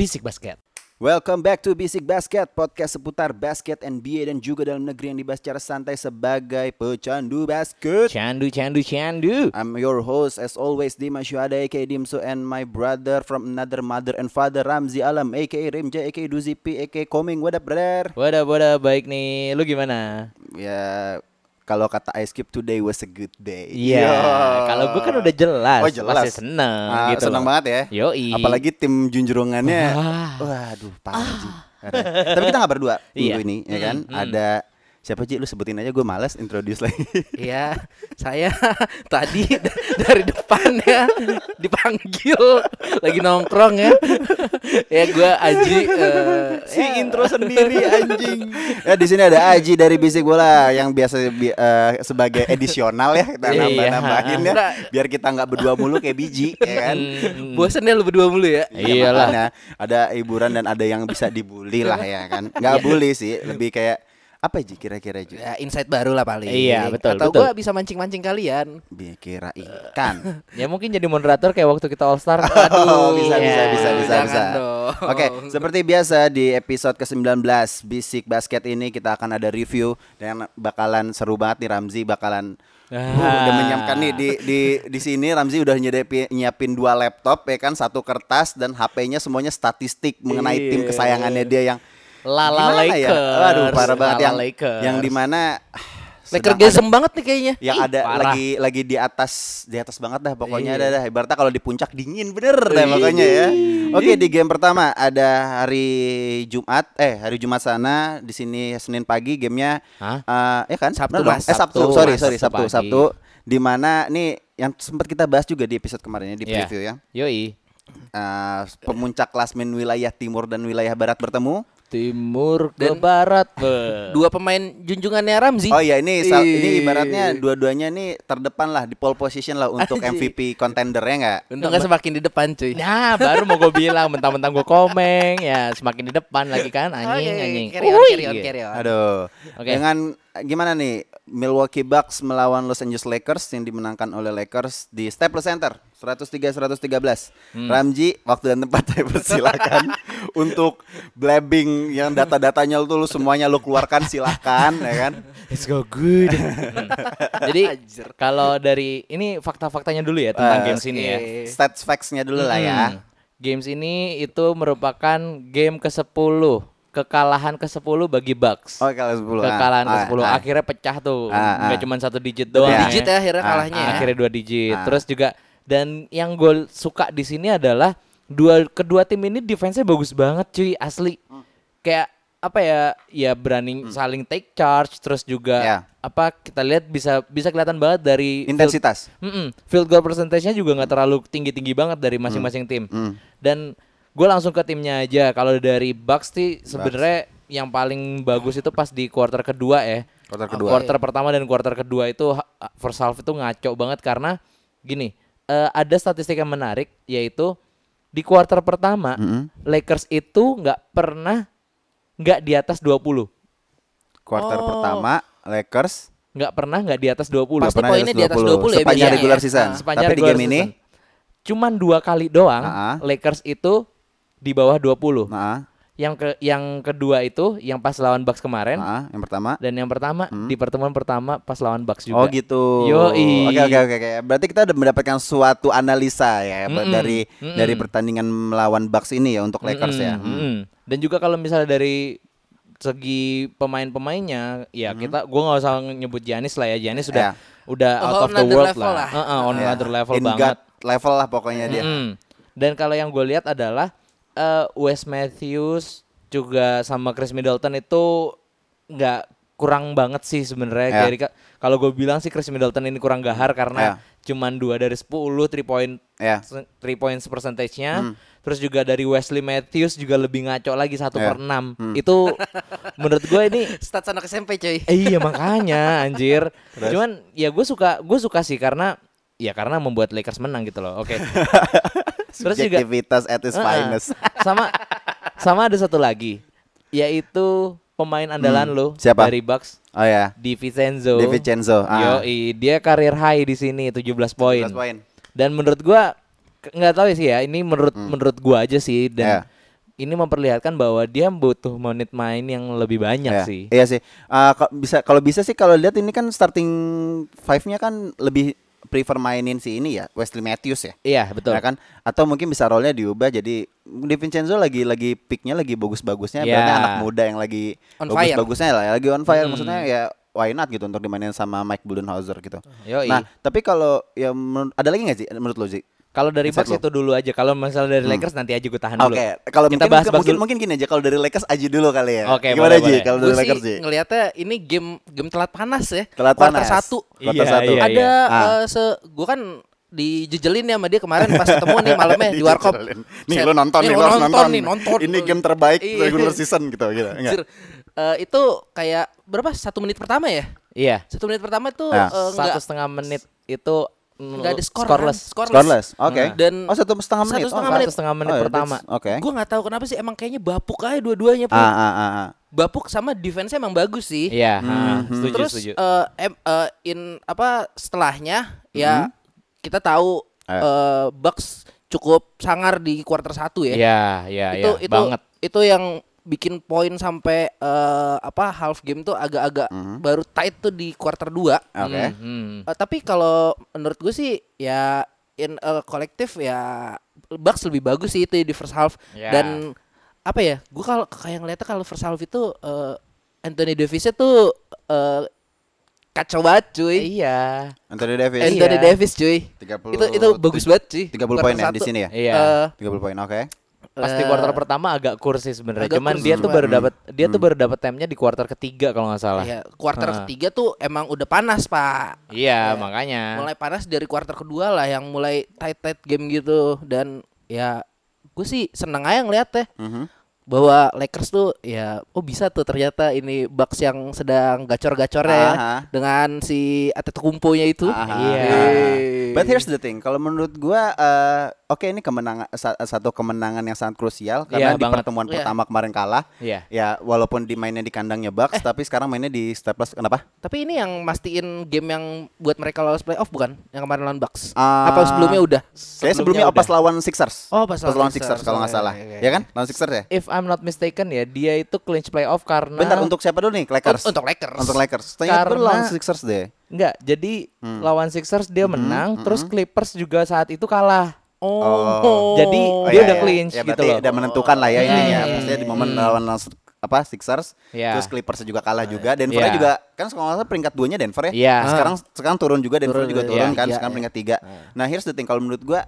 Bisik Basket. Welcome back to Bisik Basket, podcast seputar basket NBA dan juga dalam negeri yang dibahas secara santai sebagai pecandu basket. Candu. I'm your host as always, Dimas Syuhada aka Dimso, and my brother from another mother and father, Ramzi Alam aka Rimja aka Duzipi aka Koming. What up, brother? Wadah, baik nih. Lu gimana? Ya, kalau kata Ice Cube, today was a good day. Iya, kalau gue kan udah jelas. Oh, jelas. Pasti seneng gitu. Seneng banget ya. Yoi. Apalagi tim junjrungannya. Waduh, parah Ji. Tapi kita gak berdua minggu ini, ya kan? Ada siapa Ji? Lu sebutin aja, gue malas introduce lagi. Iya, saya tadi dari depan ya dipanggil lagi nongkrong ya. Ya gue Aji. Si intro sendiri anjing. Ya di sini ada Aji dari Bisik Bola yang biasa sebagai edisional ya, kita nambah-nambahin ya, biar kita nggak berdua mulu kayak biji, ya kan? Bosan ya lu berdua mulu ya. Iyalah. Makanya ada hiburan dan ada yang bisa dibully lah ya kan? Nggak bully sih, lebih kayak apa Ji kira-kira Ji? Ya, insight baru lah paling. Iya, betul. Atau gue bisa mancing-mancing kalian. Kira ikan. Ya mungkin jadi moderator kayak waktu kita All Star. Aduh, bisa. Jangan dong. Oke, seperti biasa di episode ke-19 Bisik Basket ini kita akan ada review dan bakalan seru banget nih. Ramzi bakalan udah menyiapkan nih di sini. Ramzi udah nyiapin 2 laptop ya kan, 1 kertas dan HP-nya semuanya statistik mengenai tim kesayangannya dia yang Lala Lakers. Ya? Waduh, parah banget yang dimana Lakers gesem banget nih kayaknya. yang ada parah. lagi di atas banget dah pokoknya. Ada ibaratnya kalau di puncak dingin bener dah pokoknya ya. Oke, di game pertama ada hari Jumat sana, di sini Senin pagi gamenya. Ya kan? Sabtu, Bener dong? Mas. Sabtu. Di mana nih yang sempat kita bahas juga di episode kemarin ya, di preview ya. Yoi. Pemuncak klasmen wilayah timur dan wilayah barat bertemu. Timur ke Dan barat. 2 pemain junjungannya Ramzi. Oh iya, ini ibaratnya dua-duanya nih terdepan lah, di pole position lah untuk MVP contender ya nggak? Untung gak semakin di depan cuy. Nah, baru mau gue bilang mentang-mentang gue komeng ya, semakin di depan lagi kan anjing. Carry on. Aduh. Oke. Dengan gimana nih Milwaukee Bucks melawan Los Angeles Lakers yang dimenangkan oleh Lakers di Staples Center 103-113. Ramji, waktu dan tempat saya persilakan untuk blabbing yang data-datanya lu semuanya lu keluarkan, silahkan ya kan. Let's go good. Jadi kalau dari ini fakta-faktanya dulu ya tentang games ini ya. Stats facts-nya dulu lah ya. Games ini itu merupakan game ke-10, kekalahan ke-10 bagi Bucks. Oh, kalau 10. Kekalahan ke-10 akhirnya pecah tuh. Enggak cuma 1 digit doang. 2 digit ya akhirnya kalahnya ya. Akhirnya 2 digit. Terus juga dan yang gue suka di sini adalah kedua tim ini defense-nya bagus banget cuy, asli. Kayak apa ya? Ya berani saling take charge, terus juga apa kita lihat bisa kelihatan banget dari intensitas. Field goal percentage-nya juga nggak terlalu tinggi banget dari masing-masing tim. Dan gue langsung ke timnya aja. Kalau dari Bucks sih sebenarnya yang paling bagus itu pas di quarter kedua ya. Quarter pertama dan quarter kedua itu first half itu ngaco banget karena gini. Ada statistik yang menarik yaitu di quarter pertama Lakers itu nggak di atas 20. Quarter pertama Lakers nggak di atas 20. Pasti poinnya di atas 20 ya sepanjang regular season. Sepanjang Tapi di game ini cuman 2 kali doang Lakers itu di bawah 20. Yang kedua itu yang pas lawan Bucks kemarin. Yang pertama. Dan yang pertama di pertemuan pertama pas lawan Bucks juga. Oh gitu. Yoi. Oke. Berarti kita udah mendapatkan suatu analisa ya dari pertandingan melawan Bucks ini ya untuk Lakers ya. Dan juga kalau misalnya dari segi pemain-pemainnya ya gua nggak usah nyebut Giannis lah ya. Giannis udah out of the world lah. On another level banget. Level lah pokoknya dia. Dan kalau yang gue lihat adalah Wes Matthews juga sama Chris Middleton itu nggak kurang banget sih sebenarnya. Kalau gue bilang sih Chris Middleton ini kurang gahar karena cuman 2 dari 10 3 points percentage-nya. Terus juga dari Wesley Matthews juga lebih ngaco lagi 1/6. Itu menurut gue ini stats anak SMP coy. Iya makanya anjir. Cuman ya gue suka sih karena membuat Lakers menang gitu loh. Oke. Terus juga Subjektivitas at its finest. Sama ada satu lagi yaitu pemain andalan lo dari Bucks. Oh ya. DiVincenzo. Yoi, dia karir high di sini 17 poin. Dan menurut gua nggak tahu sih ya, ini menurut gua aja sih dan ini memperlihatkan bahwa dia butuh menit main yang lebih banyak sih. Iya sih. Kalau bisa sih kalau lihat ini kan starting five-nya kan lebih prefer mainin si ini ya, Wesley Matthews ya. Iya, betul. Ya kan? Atau mungkin bisa role-nya diubah jadi DiVincenzo lagi pick-nya lagi bagus-bagusnya, berarti anak muda yang lagi bagus-bagusnya lah, lagi on fire. Maksudnya ya why not gitu untuk dimainin sama Mike Budenholzer gitu. Nah, tapi kalau ya ada lagi nggak sih menurut lo sih? Kalau dari Bucks itu dulu aja. Kalau masalah dari Lakers nanti aja gue tahan dulu. Oke. Kalau kita bahas mungkin gini aja. Kalau dari Lakers aja dulu kali ya. Oke, gimana Ji? Kalau dari Gua Lakers sih ngelihatnya ini game telat panas ya. Telat Quarter panas. 1. Quarter 1. Ada gue kan dijejelin ya sama dia kemarin pas ketemu nih malamnya di Warkop. Nih lo nonton nih, nonton. Ini game terbaik regular season gitu. Enggak. Itu kayak berapa? 1 menit pertama ya? Iya. 1 menit pertama itu 1,5 menit itu nggak ada scoreless. Oke. Dan 1,5 menit. 1,5 menit pertama. Oke. Gue nggak tahu kenapa sih emang kayaknya bapuk aja dua-duanya. Bapuk sama defense emang bagus sih. Iya. Setuju. Terus setelahnya ya kita tahu Bucks cukup sangar di quarter 1 ya. Iya. Banget. Itu yang bikin poin sampai half game tuh agak-agak baru tight tuh di quarter 2. Oke. Tapi kalau menurut gue sih ya in kolektif ya Bucks lebih bagus sih itu di first half. Dan apa ya? Gue kalau kayak ngeliatnya kalau first half itu Anthony Davis tuh kacau banget cuy. Iya. Anthony Davis cuy. 30, itu bagus banget cuy. 30 poin ya di sini ya. Iya. 30 poin. Oke. Pasti quarter pertama agak kursi sebenarnya. Cuman dia tuh baru dapat time-nya di quarter ketiga kalau nggak salah. Iya, quarter ketiga tuh emang udah panas, Pak. Iya, makanya. Mulai panas dari quarter kedua lah yang mulai tight game gitu dan ya gue sih seneng aja ngeliat bahwa Lakers tuh ya bisa tuh ternyata ini Bucks yang sedang gacor-gacornya ya dengan si Antetokounmpo-nya itu. Iya. But here's the thing, kalau menurut gua ini satu kemenangan yang sangat krusial karena di pertemuan pertama kemarin kalah. Ya walaupun dimainnya di kandangnya Bucks tapi sekarang mainnya di Staples. Kenapa? Tapi ini yang mastiin game yang buat mereka lolos playoff bukan? Yang kemarin lawan Bucks. Apa sebelumnya udah? Kayak sebelumnya pas lawan Sixers. Oh, pas lawan Sixers kalau nggak salah. Ya kan? Lawan Sixers ya? If I'm not mistaken ya, dia itu clinch playoff karena Bentar, untuk siapa dulu nih? Lakers. Untuk Lakers. Untuk Lakers. Karena lawan Sixers deh. Enggak, jadi lawan Sixers dia menang, terus Clippers juga saat itu kalah. Jadi dia udah clinch ya, gitu loh. Udah menentukan lah ya ini ya. Maksudnya di momen lawan Sixers, terus Clippers juga kalah juga. Denver juga kan sekarang peringkat 2-nya Denver ya. Sekarang turun juga, Denver juga turun kan. Sekarang peringkat 3. Nah, here's the thing, kalau menurut gua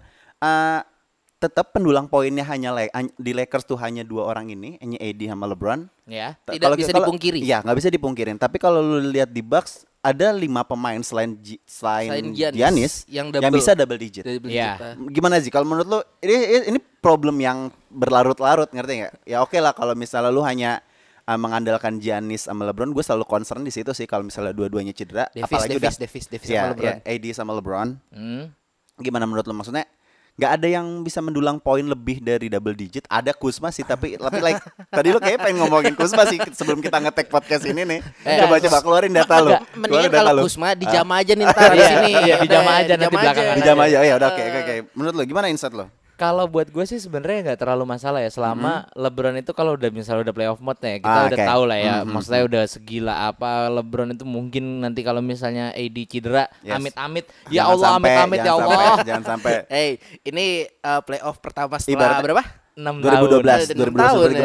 tetap pendulang poinnya di Lakers tuh hanya 2 orang ini, hanya AD sama LeBron. Ya. Tidak bisa dipungkiri. Iya, nggak bisa dipungkirin. Tapi kalau lu lihat di Bucks ada 5 pemain selain Giannis yang bisa double digit. Gimana sih kalau menurut lu ini problem yang berlarut-larut, ngerti nggak? Ya oke lah kalau misalnya lu hanya mengandalkan Giannis sama LeBron, gue selalu concern di situ sih kalau misalnya dua-duanya cedera. Davis sama LeBron. AD sama LeBron. Gimana menurut lu, maksudnya? Gak ada yang bisa mendulang poin lebih dari double digit. Ada Kuzma sih, tapi tadi lo kayak pengen ngomongin Kuzma sih sebelum kita nge-tag podcast ini nih. Coba keluarin data lo. Mendingan kalau Kuzma dijama aja nih ntar di sini. Dijama aja nanti belakangan. Dijama aja. Ya udah oke. Menurut lo gimana insight lo? Kalau buat gue sih sebenarnya nggak terlalu masalah ya selama LeBron itu kalau misalnya udah playoff mode ya kita udah tahu lah ya, maksudnya udah segila apa LeBron itu mungkin nanti kalau misalnya AD cedera, amit-amit, ya Allah amit-amit ya Allah. Jangan sampai. Ini playoff pertama setelah berapa? 6 tahun.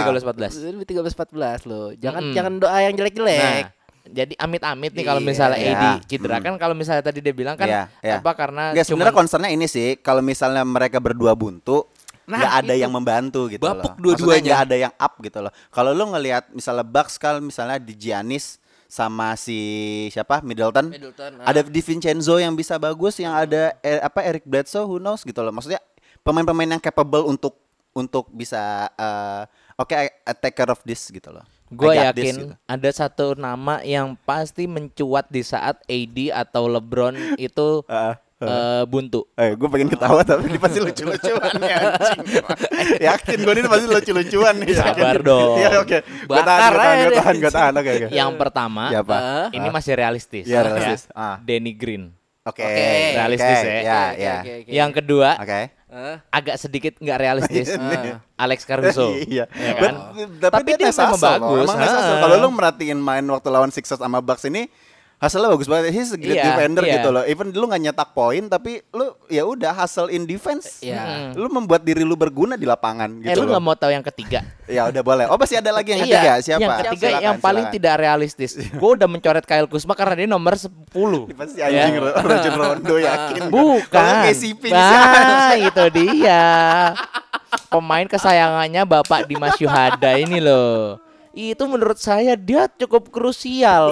2013-14 loh. Jangan doa yang jelek-jelek. Jadi amit-amit nih kalau misalnya AD cedera kan, kalau misalnya tadi dia bilang kan apa karena sebenarnya concernnya ini sih kalau misalnya mereka berdua buntu nggak ada yang membantu gitu loh. Dua-duanya nggak ada yang up gitu loh. Kalau lu ngelihat misalnya Bucks kalau misalnya di Giannis sama si siapa Middleton ada DiVincenzo yang bisa bagus, yang ada Eric Bledsoe, who knows gitu loh. Maksudnya pemain-pemain yang capable untuk bisa take care of this gitu loh. Gue yakin ada satu nama yang pasti mencuat di saat AD atau LeBron itu buntu. Gue pengen ketawa tapi ini pasti lucu-lucuan nih anjing. Yakin gue ini pasti lucu-lucuan nih. Sabar dong. Iya oke. Gue tahan. Oke. Yang pertama, ini masih realistis. Iya realistis. Danny Green. Oke. Realistis ya. Ya. Yang kedua, agak sedikit nggak realistis. Alex Caruso. Iya. Ya kan? Tapi dia memang bagus. Emang kalau lu merhatiin main waktu lawan Sixers sama Bucks ini hasilnya bagus banget. He's a great defender gitu loh. Even lu gak nyetak poin tapi lu ya udah hustle in defense. Lu membuat diri lu berguna di lapangan gitu lu loh. gak mau tahu yang ketiga? Ya udah boleh. Oh masih ada lagi yang ketiga. Siapa? Yang ketiga yang paling tidak realistis. Gue udah mencoret Kyle Kuzma karena dia nomor 10. Pasti anjing Rajon Rondo yakin. Bukan. KCP itu dia. Pemain kesayangannya Bapak Dimas Syuhada ini loh. Itu menurut saya dia cukup krusial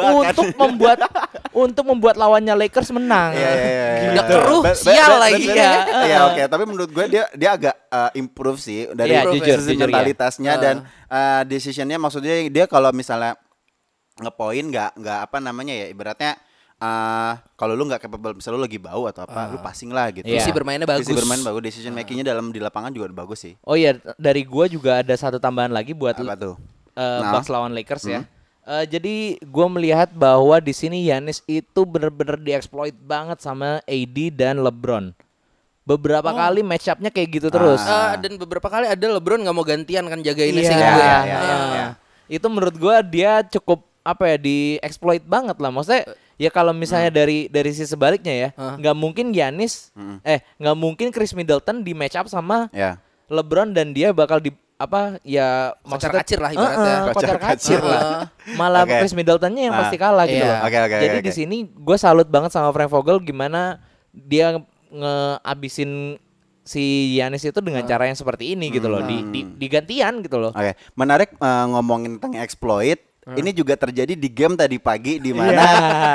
untuk membuat lawannya Lakers menang. Udah krusial lagi ya. Iya oke, tapi menurut gue dia agak improve sih dari sisi mentalitasnya dan decisionnya, maksudnya dia kalau misalnya ngepoin nggak apa namanya ya, ibaratnya kalau lu nggak capable, misalnya lu lagi bau atau apa, lu passing lah gitu. Visi bermainnya bagus. Decision makingnya di lapangan juga bagus sih. Oh iya, dari gua juga ada satu tambahan lagi buat apa tuh? Bucks lawan Lakers ya. Jadi gue melihat bahwa di sini Giannis itu benar-benar dieksploit banget sama AD dan LeBron. Beberapa kali match up-nya kayak gitu terus. Dan beberapa kali ada LeBron nggak mau gantian kan jagain si Itu menurut gue dia cukup dieksploit banget lah. Maksudnya ya kalau misalnya dari sisi sebaliknya ya, nggak mungkin Giannis nggak mungkin Chris Middleton di match up sama LeBron dan dia bakal kocar kacir lah ibaratnya. Kocar kacir lah. Malah Chris Middletonnya yang pasti kalah gitu loh. Jadi di sini gue salut banget sama Frank Vogel gimana dia ngeabisin si Giannis itu dengan cara yang seperti ini gitu loh. Di gantian gitu loh. Oke. Menarik ngomongin tentang exploit. Ini juga terjadi di game tadi pagi di mana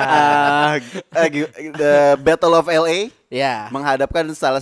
the Battle of LA menghadapkan salah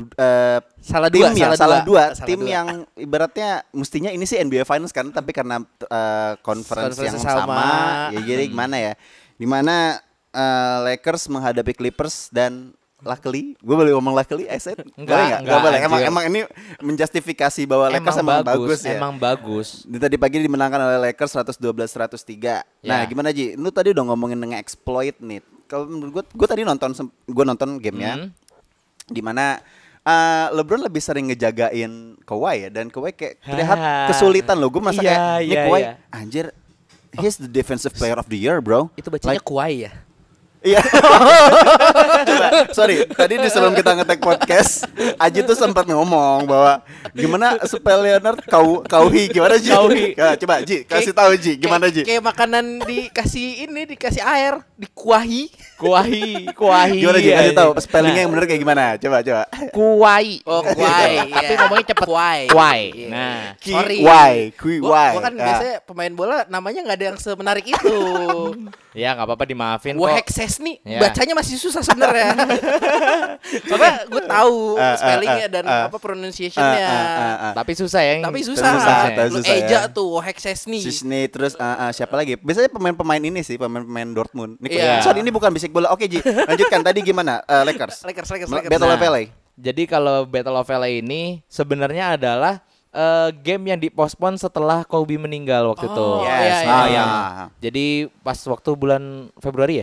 dua tim yang ibaratnya mestinya ini sih NBA Finals kan, tapi karena conference yang sama ya jadi gimana ya, dimana Lakers menghadapi Clippers dan luckily, gue boleh ngomong luckily, I said enggak boleh. Emang ini menjustifikasi bahwa Lakers emang bagus ya. Emang bagus. Tadi pagi dimenangkan oleh Lakers 112-103. Nah, gimana Ji? Lu tadi udah ngomongin nge-exploit nih. Kalau menurut gue tadi nonton gamenya, dimana LeBron lebih sering ngejagain Kawhi ya, dan Kawhi kayak terlihat kesulitan loh. Gue masa kayak ini Kawhi, anjir, he's the defensive player of the year, bro. Itu bacanya Kawhi ya. Iya. Sorry, tadi sebelum kita nge-tag podcast, Aji tuh sempat ngomong bahwa gimana spell Leonard Kauhi gimana Ji? Coba Ji, kasih tahu Ji, gimana Ji? Kayak makanan dikasih air, dikuahi. Kuahi. Gimana Ji? Kasih tahu spellingnya yang benar kayak gimana? Coba. Kuai. Oh, kuai. Tapi ngomongnya cepet. Kuai. Nah, sorry. Gua kan biasanya pemain bola namanya nggak ada yang semenarik itu. Ya nggak apa-apa, dimaafin kok. Wahek Sesni bacanya masih susah sebenarnya. Soalnya gue tahu spellingnya dan pronunciationnya. Tapi susah ya. Tapi susah. Lu eja tuh Wahek Sesni. Terus siapa lagi? Biasanya pemain-pemain ini sih, pemain Dortmund. Soal ini bukan bisik bola. Oke Ji, lanjutkan tadi gimana? Lakers. Battle of LA. Jadi kalau Battle of LA ini sebenarnya adalah game yang dipospon setelah Kobe meninggal waktu itu. Jadi pas waktu bulan Februari ya?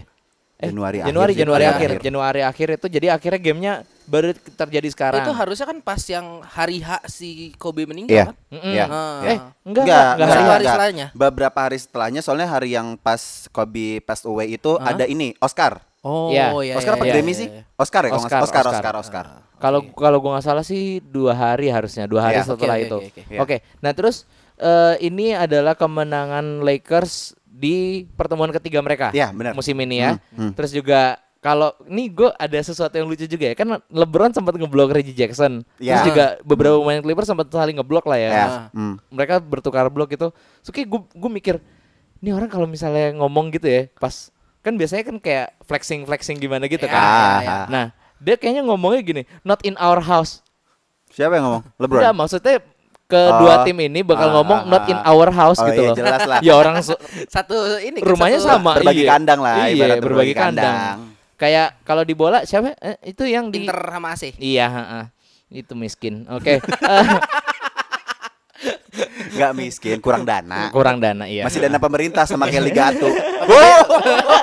Januari akhir itu, jadi akhirnya gamenya baru terjadi sekarang. Itu harusnya kan pas yang hari si Kobe meninggal kan? Enggak hari setelahnya. Beberapa hari setelahnya, soalnya hari yang pas Kobe passed away itu ada ini Oscar. Oscar apa Grammy sih? Oscar ya? Oscar. Kalau gue nggak salah sih 2 hari harusnya, 2 hari setelah itu. Oke. Nah terus ini adalah kemenangan Lakers di pertemuan ketiga mereka musim ini ya. Terus juga kalau ini gue ada sesuatu yang lucu juga ya, kan LeBron sempat ngeblok Reggie Jackson. Terus juga beberapa pemain Clippers sempat saling ngeblok lah ya. Mereka bertukar blok gitu. So kayak gue mikir, ini orang kalau misalnya ngomong gitu ya, pas kan biasanya kan kayak flexing gimana gitu kan. Nah, dia kayaknya ngomongnya gini, not in our house. Siapa yang ngomong? LeBron? Enggak, maksudnya kedua tim ini bakal ngomong not in our house gitu loh. Jelas lah. Ya orang satu ini rumahnya sama, berbagi kandang lah. Iya, berbagi kandang. Kayak kalau di bola siapa? Itu yang di Inter sama AC. Iya, itu miskin. Oke. Nggak miskin, kurang dana. Iya. Masih dana pemerintah sama kayak Liga 1.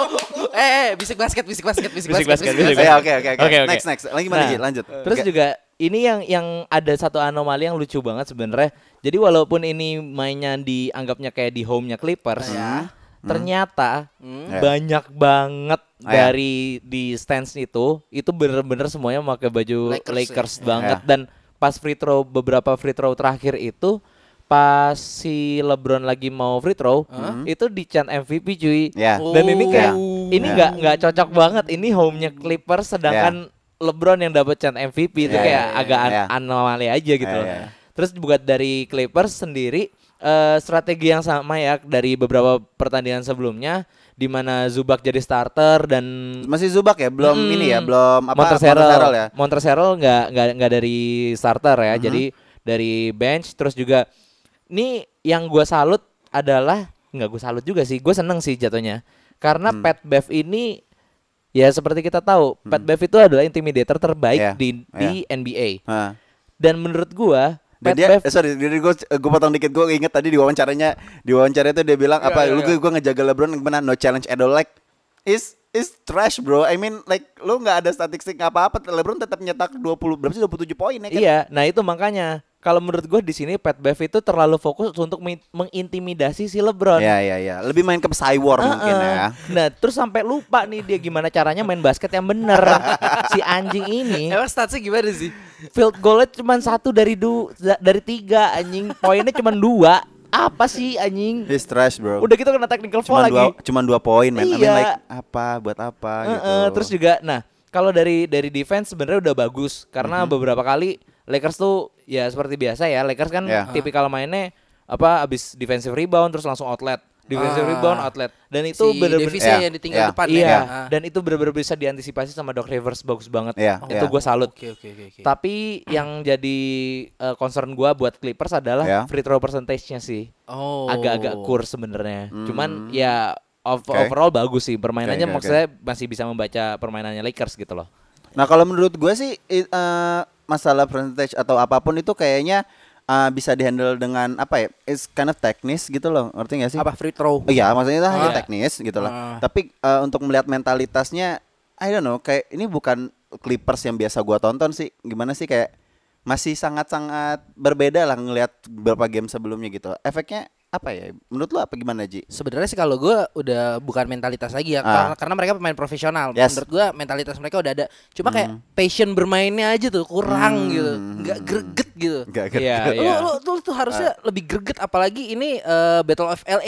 Bisik basket. Oke. Next. Lagi gimana Ji? Lanjut. Terus juga ini yang ada satu anomali yang lucu banget sebenarnya. Jadi walaupun ini mainnya dianggapnya kayak di home-nya Clippers, ternyata banyak banget dari di stands itu bener-bener semuanya pakai baju Lakers banget. Dan pas beberapa free throw terakhir itu, pas si LeBron lagi mau free throw, itu di chant MVP cuy. Dan ini kayak ini nggak cocok banget. Ini home-nya Clippers sedangkan LeBron yang dapat chant MVP itu kayak agak anomali aja gitu loh. Terus buat dari Clippers sendiri strategi yang sama ya dari beberapa pertandingan sebelumnya, di mana Zubac jadi starter dan masih Zubac ya, belum ini ya, belum apa Montrezl nggak dari starter ya, jadi dari bench. Terus juga nih yang gue salut adalah, nggak gue salut juga sih, gue seneng sih jatuhnya karena Pat Bev ini ya seperti kita tahu Pat Bev itu adalah intimidator terbaik di NBA. Dan menurut gue dan dia, gue potong dikit, gue inget tadi di wawancara itu dia bilang gue ngejaga LeBron gimana, no challenge at all, like is trash bro. I mean like lu nggak ada statistik apa-apa, LeBron tetap nyetak 27 poin ya kan? Iya, nah itu makanya kalau menurut gue di sini Pat Bev itu terlalu fokus untuk mengintimidasi si LeBron. Iya. Lebih main ke Cywar mungkin ya. Nah, terus sampai lupa nih dia gimana caranya main basket yang bener. Si anjing ini. Emang statsnya gimana sih? Field goalnya cuma 1 dari 3 anjing. Poinnya cuma 2. Apa sih anjing? He's trash bro. Udah gitu kena technical foul lagi. Cuma 2 poin man. Iya. I mean like buat apa gitu. Terus juga nah, kalau dari defense sebenarnya udah bagus karena beberapa kali Lakers tuh ya seperti biasa ya, Lakers kan tipikal mainnya abis defensive rebound terus langsung outlet, rebound outlet, dan itu si bener-bener yang ditinggal depan dan itu bener-bener bisa diantisipasi sama Doc Rivers, bagus banget. Itu gue salut. Okay. Tapi yang jadi concern gue buat Clippers adalah free throw percentage-nya sih. Agak-agak kurang sebenarnya. Cuman ya overall bagus sih permainannya. Maksudnya masih bisa membaca permainannya Lakers gitu loh. Nah kalau menurut gue sih masalah percentage atau apapun itu kayaknya bisa dihandle dengan apa ya? It's kind of teknis gitu loh, ngerti gak sih? Apa free throw? Iya, maksudnya itu hanya teknis gitu loh. Tapi untuk melihat mentalitasnya, I don't know, kayak ini bukan Clippers yang biasa gua tonton sih. Gimana sih, kayak masih sangat-sangat berbeda lah ngelihat beberapa game sebelumnya gitu. Efeknya apa ya? Menurut lu apa gimana Ji? Sebenarnya sih kalau gue udah bukan mentalitas lagi ya, karena mereka pemain profesional. Menurut gue mentalitas mereka udah ada. Cuma kayak passion bermainnya aja tuh kurang gitu, nggak greget gitu. Lu tuh harusnya lebih greget, apalagi ini Battle of LA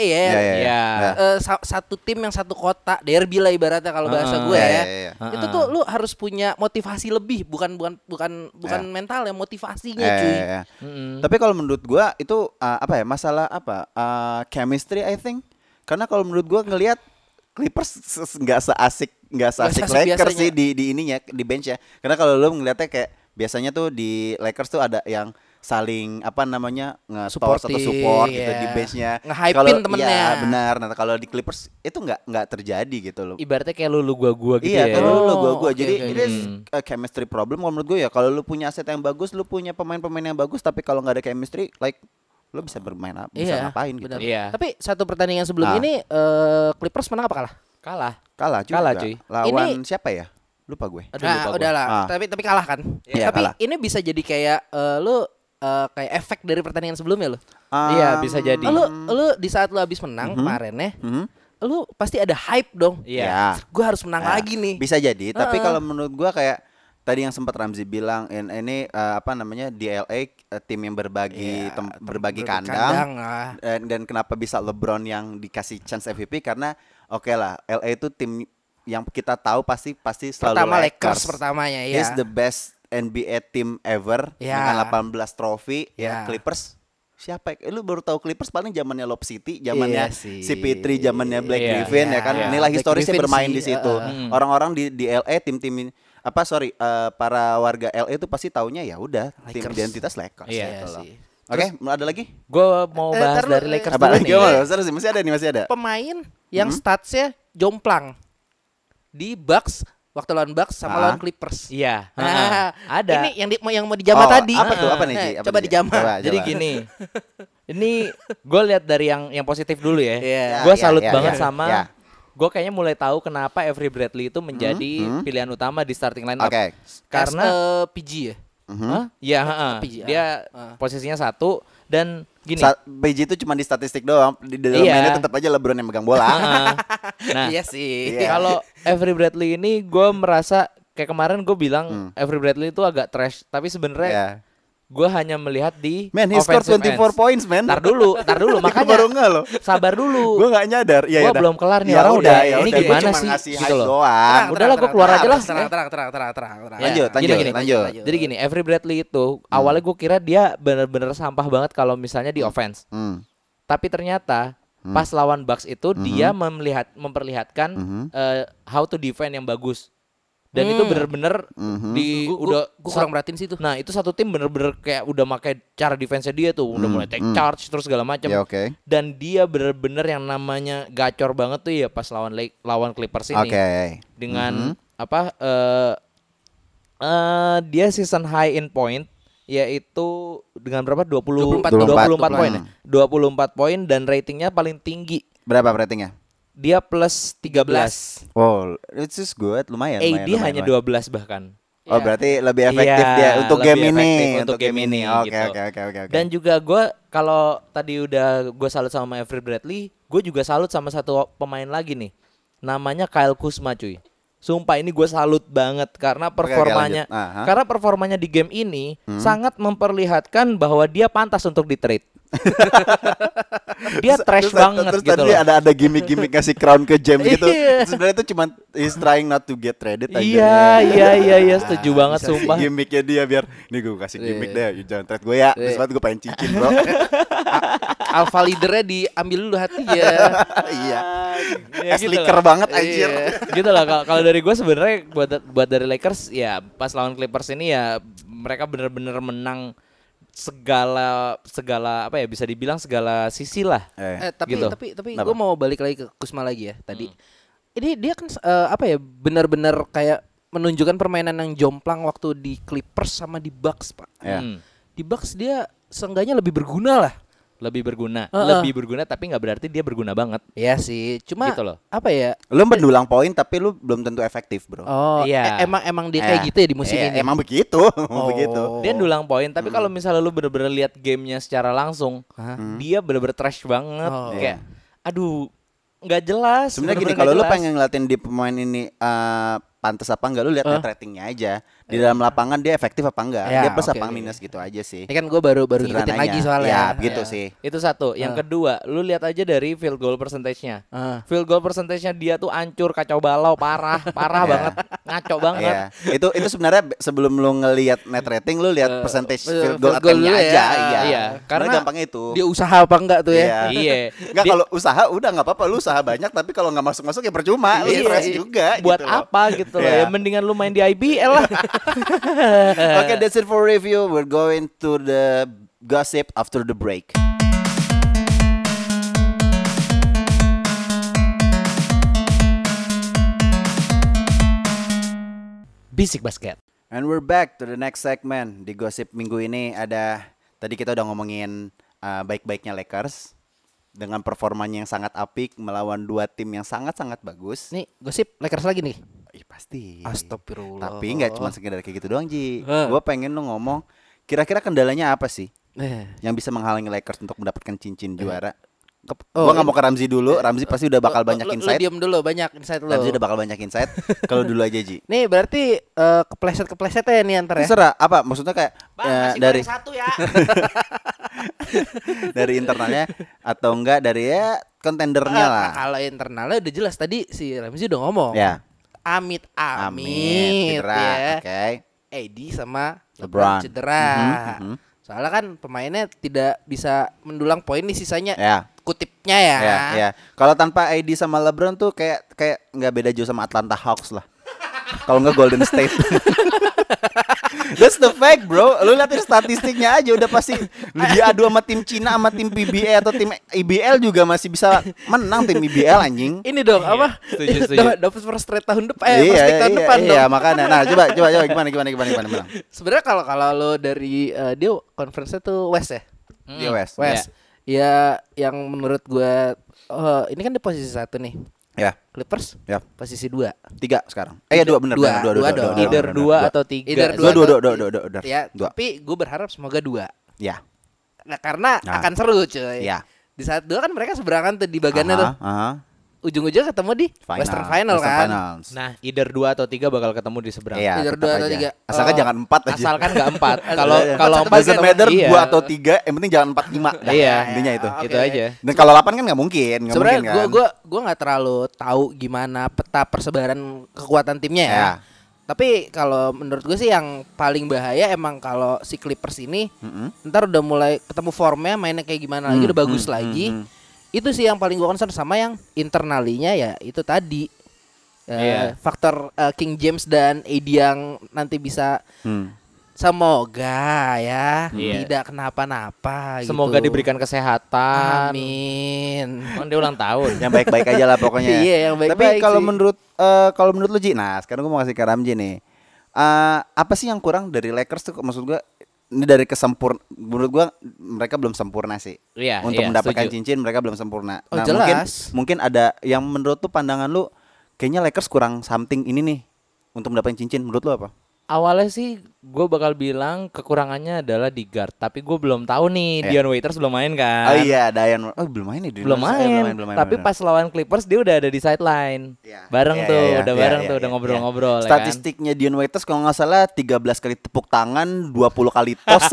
ya. Satu tim yang satu kota, derby lah ibaratnya kalau bahasa gue ya. Itu tuh lu harus punya motivasi lebih, bukan mental ya, motivasinya cuy. Tapi kalau menurut gue itu apa ya, masalah apa? Chemistry I think. Karena kalau menurut gue ngelihat Clippers nggak seasik Lakers sih di ininya, di bench ya. Karena kalau lu ngelihatnya kayak biasanya tuh di Lakers tuh ada yang saling apa namanya nge-support gitu di benchnya, nge-hypein temennya. Iya benar. Nah kalau di Clippers itu nggak terjadi gitu loh. Ibaratnya kayak lu gua gitu ya. Iya, lu gua. Jadi it is a chemistry problem kalau menurut gue ya. Kalau lu punya aset yang bagus, lu punya pemain-pemain yang bagus, tapi kalau nggak ada chemistry, like lo bisa bermain ngapain gitu. Tapi satu pertandingan sebelum ini Clippers menang apa kalah? Kalah cuy. Lawan siapa ya? Lupa gue. Udahlah. Tapi kalah kan? Tapi kalah. Ini bisa jadi kayak kayak efek dari pertandingan sebelumnya lo. Iya, bisa jadi. Lu di saat lu habis menang kemarin ya. Lu pasti ada hype dong. Iya. Gue harus menang lagi nih. Bisa jadi, tapi kalau menurut gue kayak tadi yang sempat Ramzi bilang ini apa namanya di LA tim yang berbagi kandang dan kenapa bisa LeBron yang dikasih chance MVP karena oke lah LA itu tim yang kita tahu pasti selalu Lakers pertamanya ya. He's the best NBA team ever dengan 18 trofi. Clippers siapa? Lu baru tahu Clippers paling zamannya Lob City, zamannya CP3, zamannya Black Griffin ya kan. Nilai historisnya bermain di situ. Orang-orang di LA tim-tim para warga LA itu pasti taunya ya udah tim identitas Lakers gitu loh. Oke, ada lagi? Gue mau bahas dari Lakers dulu nih. Masih ada. Pemain yang statsnya jomplang di Bucks waktu lawan Bucks sama lawan Clippers. Iya. Ada. Ini yang mau dijamah tadi. Apa tuh? Apa nih, Ji? Coba dijamah. Jadi gini. Ini gue lihat dari yang positif dulu ya. Gue salut banget sama. Gue kayaknya mulai tahu kenapa Avery Bradley itu menjadi pilihan utama di starting lineup. Karena PG ya. Hah? Iya, PG, dia posisinya 1 dan gini. PG itu cuma di statistik doang. Di dalam mainnya tetap aja LeBron yang megang bola. Nah, iya sih. Kalau Avery Bradley ini gue merasa kayak kemarin gue bilang Avery Bradley itu agak trash, tapi sebenarnya gue hanya melihat di Man, he scored 24 points, man. Tar dulu, makanya baru nggak lo. Sabar dulu. Gue nggak nyadar. Gue belum kelar nih, orang udah ini gimana sih gitu loh. Udahlah gue keluar aja lah. Terang. Lanjut. Jadi gini, Avery Bradley itu awalnya gue kira dia bener-bener sampah banget kalau misalnya di offense. Tapi ternyata pas lawan Bucks itu dia memperlihatkan how to defend yang bagus. Dan itu bener-bener Gue kurang merhatiin sih itu. Nah itu satu tim bener-bener kayak udah pakai cara defense dia tuh, udah mulai take charge terus segala macam. Dan dia bener-bener yang namanya gacor banget tuh ya pas lawan Clippers ini. Dengan dia season high in point yaitu dengan berapa 24 poin ya. 24 poin dan ratingnya paling tinggi. Berapa ratingnya? Dia plus 13. Oh, it's just good, lumayan. AD hanya 12 bahkan. Oh, berarti lebih efektif dia untuk game ini. Untuk game ini. Oke. Dan juga gue kalau tadi udah gue salut sama Avery Bradley, gue juga salut sama satu pemain lagi nih. Namanya Kyle Kuzma, cuy. Sumpah ini gue salut banget karena performanya di game ini sangat memperlihatkan bahwa dia pantas untuk di-trade. Dia trash banget terus gitu tadi loh. ada gimmick kasih crown ke James gitu. Sebenarnya itu cuma he's trying not to get traded aja. Iya, setuju banget sumpah. Gimmicknya dia biar nih gue kasih gimmick deh, jangan trade gue ya. Terus gue pengen cincin, bro. Alpha leadernya diambil dulu hati ya. Iya. Slicker banget anjir. Gitu lah kalau dari gue sebenarnya buat dari Lakers ya pas lawan Clippers ini ya mereka bener-bener menang segala apa ya bisa dibilang segala sisi lah. Tapi gitu. tapi gue mau balik lagi ke Kuzma lagi ya tadi. Ini dia kan benar-benar kayak menunjukkan permainan yang jomplang waktu di Clippers sama di Bucks, Pak. Di Bucks dia seenggaknya lebih berguna lah. Lebih berguna tapi nggak berarti dia berguna banget. Iya sih, cuma gitu loh. Apa ya? Lu mendulang poin tapi lu belum tentu efektif, bro. Oh, iya. Emang dia kayak gitu ya di musim ini. Emang begitu, begitu. Dia dulang poin, tapi kalau misalnya lu bener-bener lihat gamenya secara langsung, dia bener-bener trash banget. Kayak, aduh, nggak jelas. Sebenarnya gini, kalau lu pengen ngeliatin di pemain ini pantas apa enggak, lu lihat net ratingnya aja. Di dalam lapangan dia efektif apa enggak, dia plus apa minus gitu aja sih. Ini kan gue baru ngikutin lagi soalnya. Ya begitu sih. Itu satu. Yang kedua, lu lihat aja dari field goal percentage-nya. Field goal percentage-nya dia tuh hancur, kacau balau, parah banget, ngaco banget. Itu sebenarnya sebelum lu ngelihat net rating, lu lihat percentage field goal attempt-nya aja. Iya. Karena gampangnya itu. Dia usaha apa enggak tuh ya? Iya. Enggak, kalau usaha udah enggak apa-apa, lu usaha banyak tapi kalau enggak masuk-masuk ya percuma, lu stres juga. Buat apa gitu loh. Ya mendingan lu main di IBL lah. Okay, that's it for review. We're going to the gossip after the break. Bisik Basket. And we're back to the next segment. Di gosip minggu ini ada, tadi kita udah ngomongin baik-baiknya Lakers dengan performanya yang sangat apik melawan dua tim yang sangat-sangat bagus. Nih, gosip Lakers lagi nih. Pasti. Astagfirullah. Tapi nggak cuma sekedar kayak gitu doang, Ji. Gue pengen lu ngomong, kira-kira kendalanya apa sih yang bisa menghalangi Lakers untuk mendapatkan cincin juara? Gue nggak mau ke Ramzi dulu. Ramzi pasti udah bakal banyak insight. Lu diam dulu, banyak insight lu. Ramzi udah bakal banyak insight. Kalau dulu aja, Ji. Nih berarti kepleset-keplesetnya nih antar ya. Terserah, apa maksudnya kayak dari satu ya. dari internalnya atau enggak dari ya kontendernya lah. Kalau internalnya udah jelas tadi si Ramzi udah ngomong. Ya. Amit cedera, ya. Oke. AD sama LeBron cedera. Soalnya kan pemainnya tidak bisa mendulang poin nih sisanya. Ya. Kutipnya ya. Ya. Kalau tanpa AD sama LeBron tuh kayak nggak beda jauh sama Atlanta Hawks lah. Kalau nggak Golden State. That's the fact, bro. Lu liatin statistiknya aja udah pasti diadu sama tim Cina sama tim PBA atau tim IBL juga masih bisa menang tim IBL anjing. Ini dong apa? Setuju. Dapat first trade tahun depan tahun depan dong. Iya, makanya. Nah, coba gimana. Sebenarnya kalau lo dari dia conference-nya tuh West ya? Dia West. Ya, yang menurut gue ini kan di posisi 1 nih. Ya. Clippers Ya. posisi 2. 3 sekarang. Ya 2 bener. Dua dong. Either 2 atau 3. Either Dua. Ya, Dua. tapi gue berharap semoga 2. Ya. Nah, karena Nah. akan seru cuy. Ya. Di saat 2 kan mereka seberangan tuh di bagiannya tuh. Ujung-ujung ketemu di Western Final kan. Finals. Nah, either 2 atau 3 bakal ketemu di seberang. Iya, Either tetap 2 atau aja. 3. Asalkan jangan 4 aja. Asalkan nggak 4. Iya. Kalau 4 doesn't matter iya. 2 atau 3, yang penting jangan 4 5. Iya. Intinya itu. Oke. Itu aja. Dan kalau 8 kan nggak mungkin, Sebenarnya kan. gue nggak terlalu tahu gimana peta persebaran kekuatan timnya ya. Ya. Tapi kalau menurut gue sih yang paling bahaya emang kalau si Clippers ini ntar udah mulai ketemu formnya, mainnya kayak gimana lagi, udah bagus lagi. Itu sih yang paling gue concern, sama yang internalinya ya itu tadi. Faktor King James dan AD yang nanti bisa semoga ya tidak kenapa-napa gitu. Semoga diberikan kesehatan. Amin. Kan dia ulang tahun. Yang baik-baik aja lah pokoknya. Iya, yang Tapi baik-baik kalau sih. menurut lu Ji, nah sekarang gue mau kasih ke Ramji nih. Apa sih yang kurang dari Lakers tuh? Maksud gue ini dari menurut gua mereka belum sempurna sih. Iya, Untuk iya, mendapatkan setuju. cincin mereka belum sempurna. Oh, Nah, jelas. mungkin ada yang menurut tuh pandangan lu kayaknya Lakers kurang something ini nih untuk mendapatkan cincin. Menurut lu apa? Awalnya sih gue bakal bilang kekurangannya adalah di guard, tapi gue belum tahu nih Dion Waiters belum main kan. Oh iya, Dion. Oh, belum main nih. belum main. Tapi pas lawan Clippers dia udah ada di sideline. Iya. Bareng Iya, tuh, iya, udah iya, bareng iya, tuh, udah iya, ngobrol-ngobrol ya kan. Statistiknya Dion Waiters kalau nggak salah 13 kali tepuk tangan, 20 kali tos.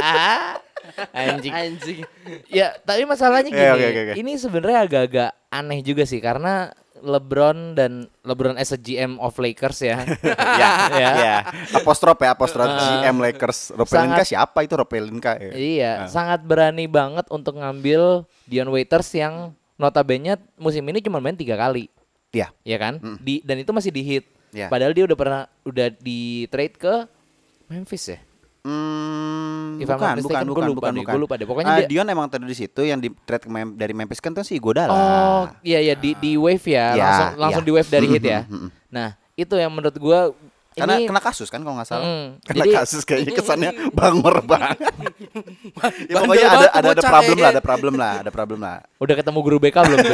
Anjing. Ya, tapi masalahnya gini. Iya, oke. Ini sebenarnya agak-agak aneh juga sih karena LeBron as a GM of Lakers ya. Ya. Apostrof GM Lakers. Ropelinka Sangat- siapa itu Ropelinka? Ya. Iya, sangat berani banget untuk ngambil Dion Waiters yang notabene musim ini cuma main 3 kali. Iya. Ya kan? Dan itu masih di hit. Iya. Padahal dia udah di trade ke Memphis ya. If I'm not mistaken, gue lupa deh. Pokoknya dia Dion emang tadi di situ yang di trade dari Memphis kan tuh si Iguodala. Oh, iya di wave ya, Iya, langsung iya. di wave dari hit ya. Nah, itu yang menurut gua Karena ini kena kasus kan kalau nggak salah. Kena Jadi- kasus kayaknya kesannya bangor banget. Ya, Bandel pokoknya banget tuh ada bocah problem kayaknya. lah, ada problem lah. udah ketemu guru BK belum tuh?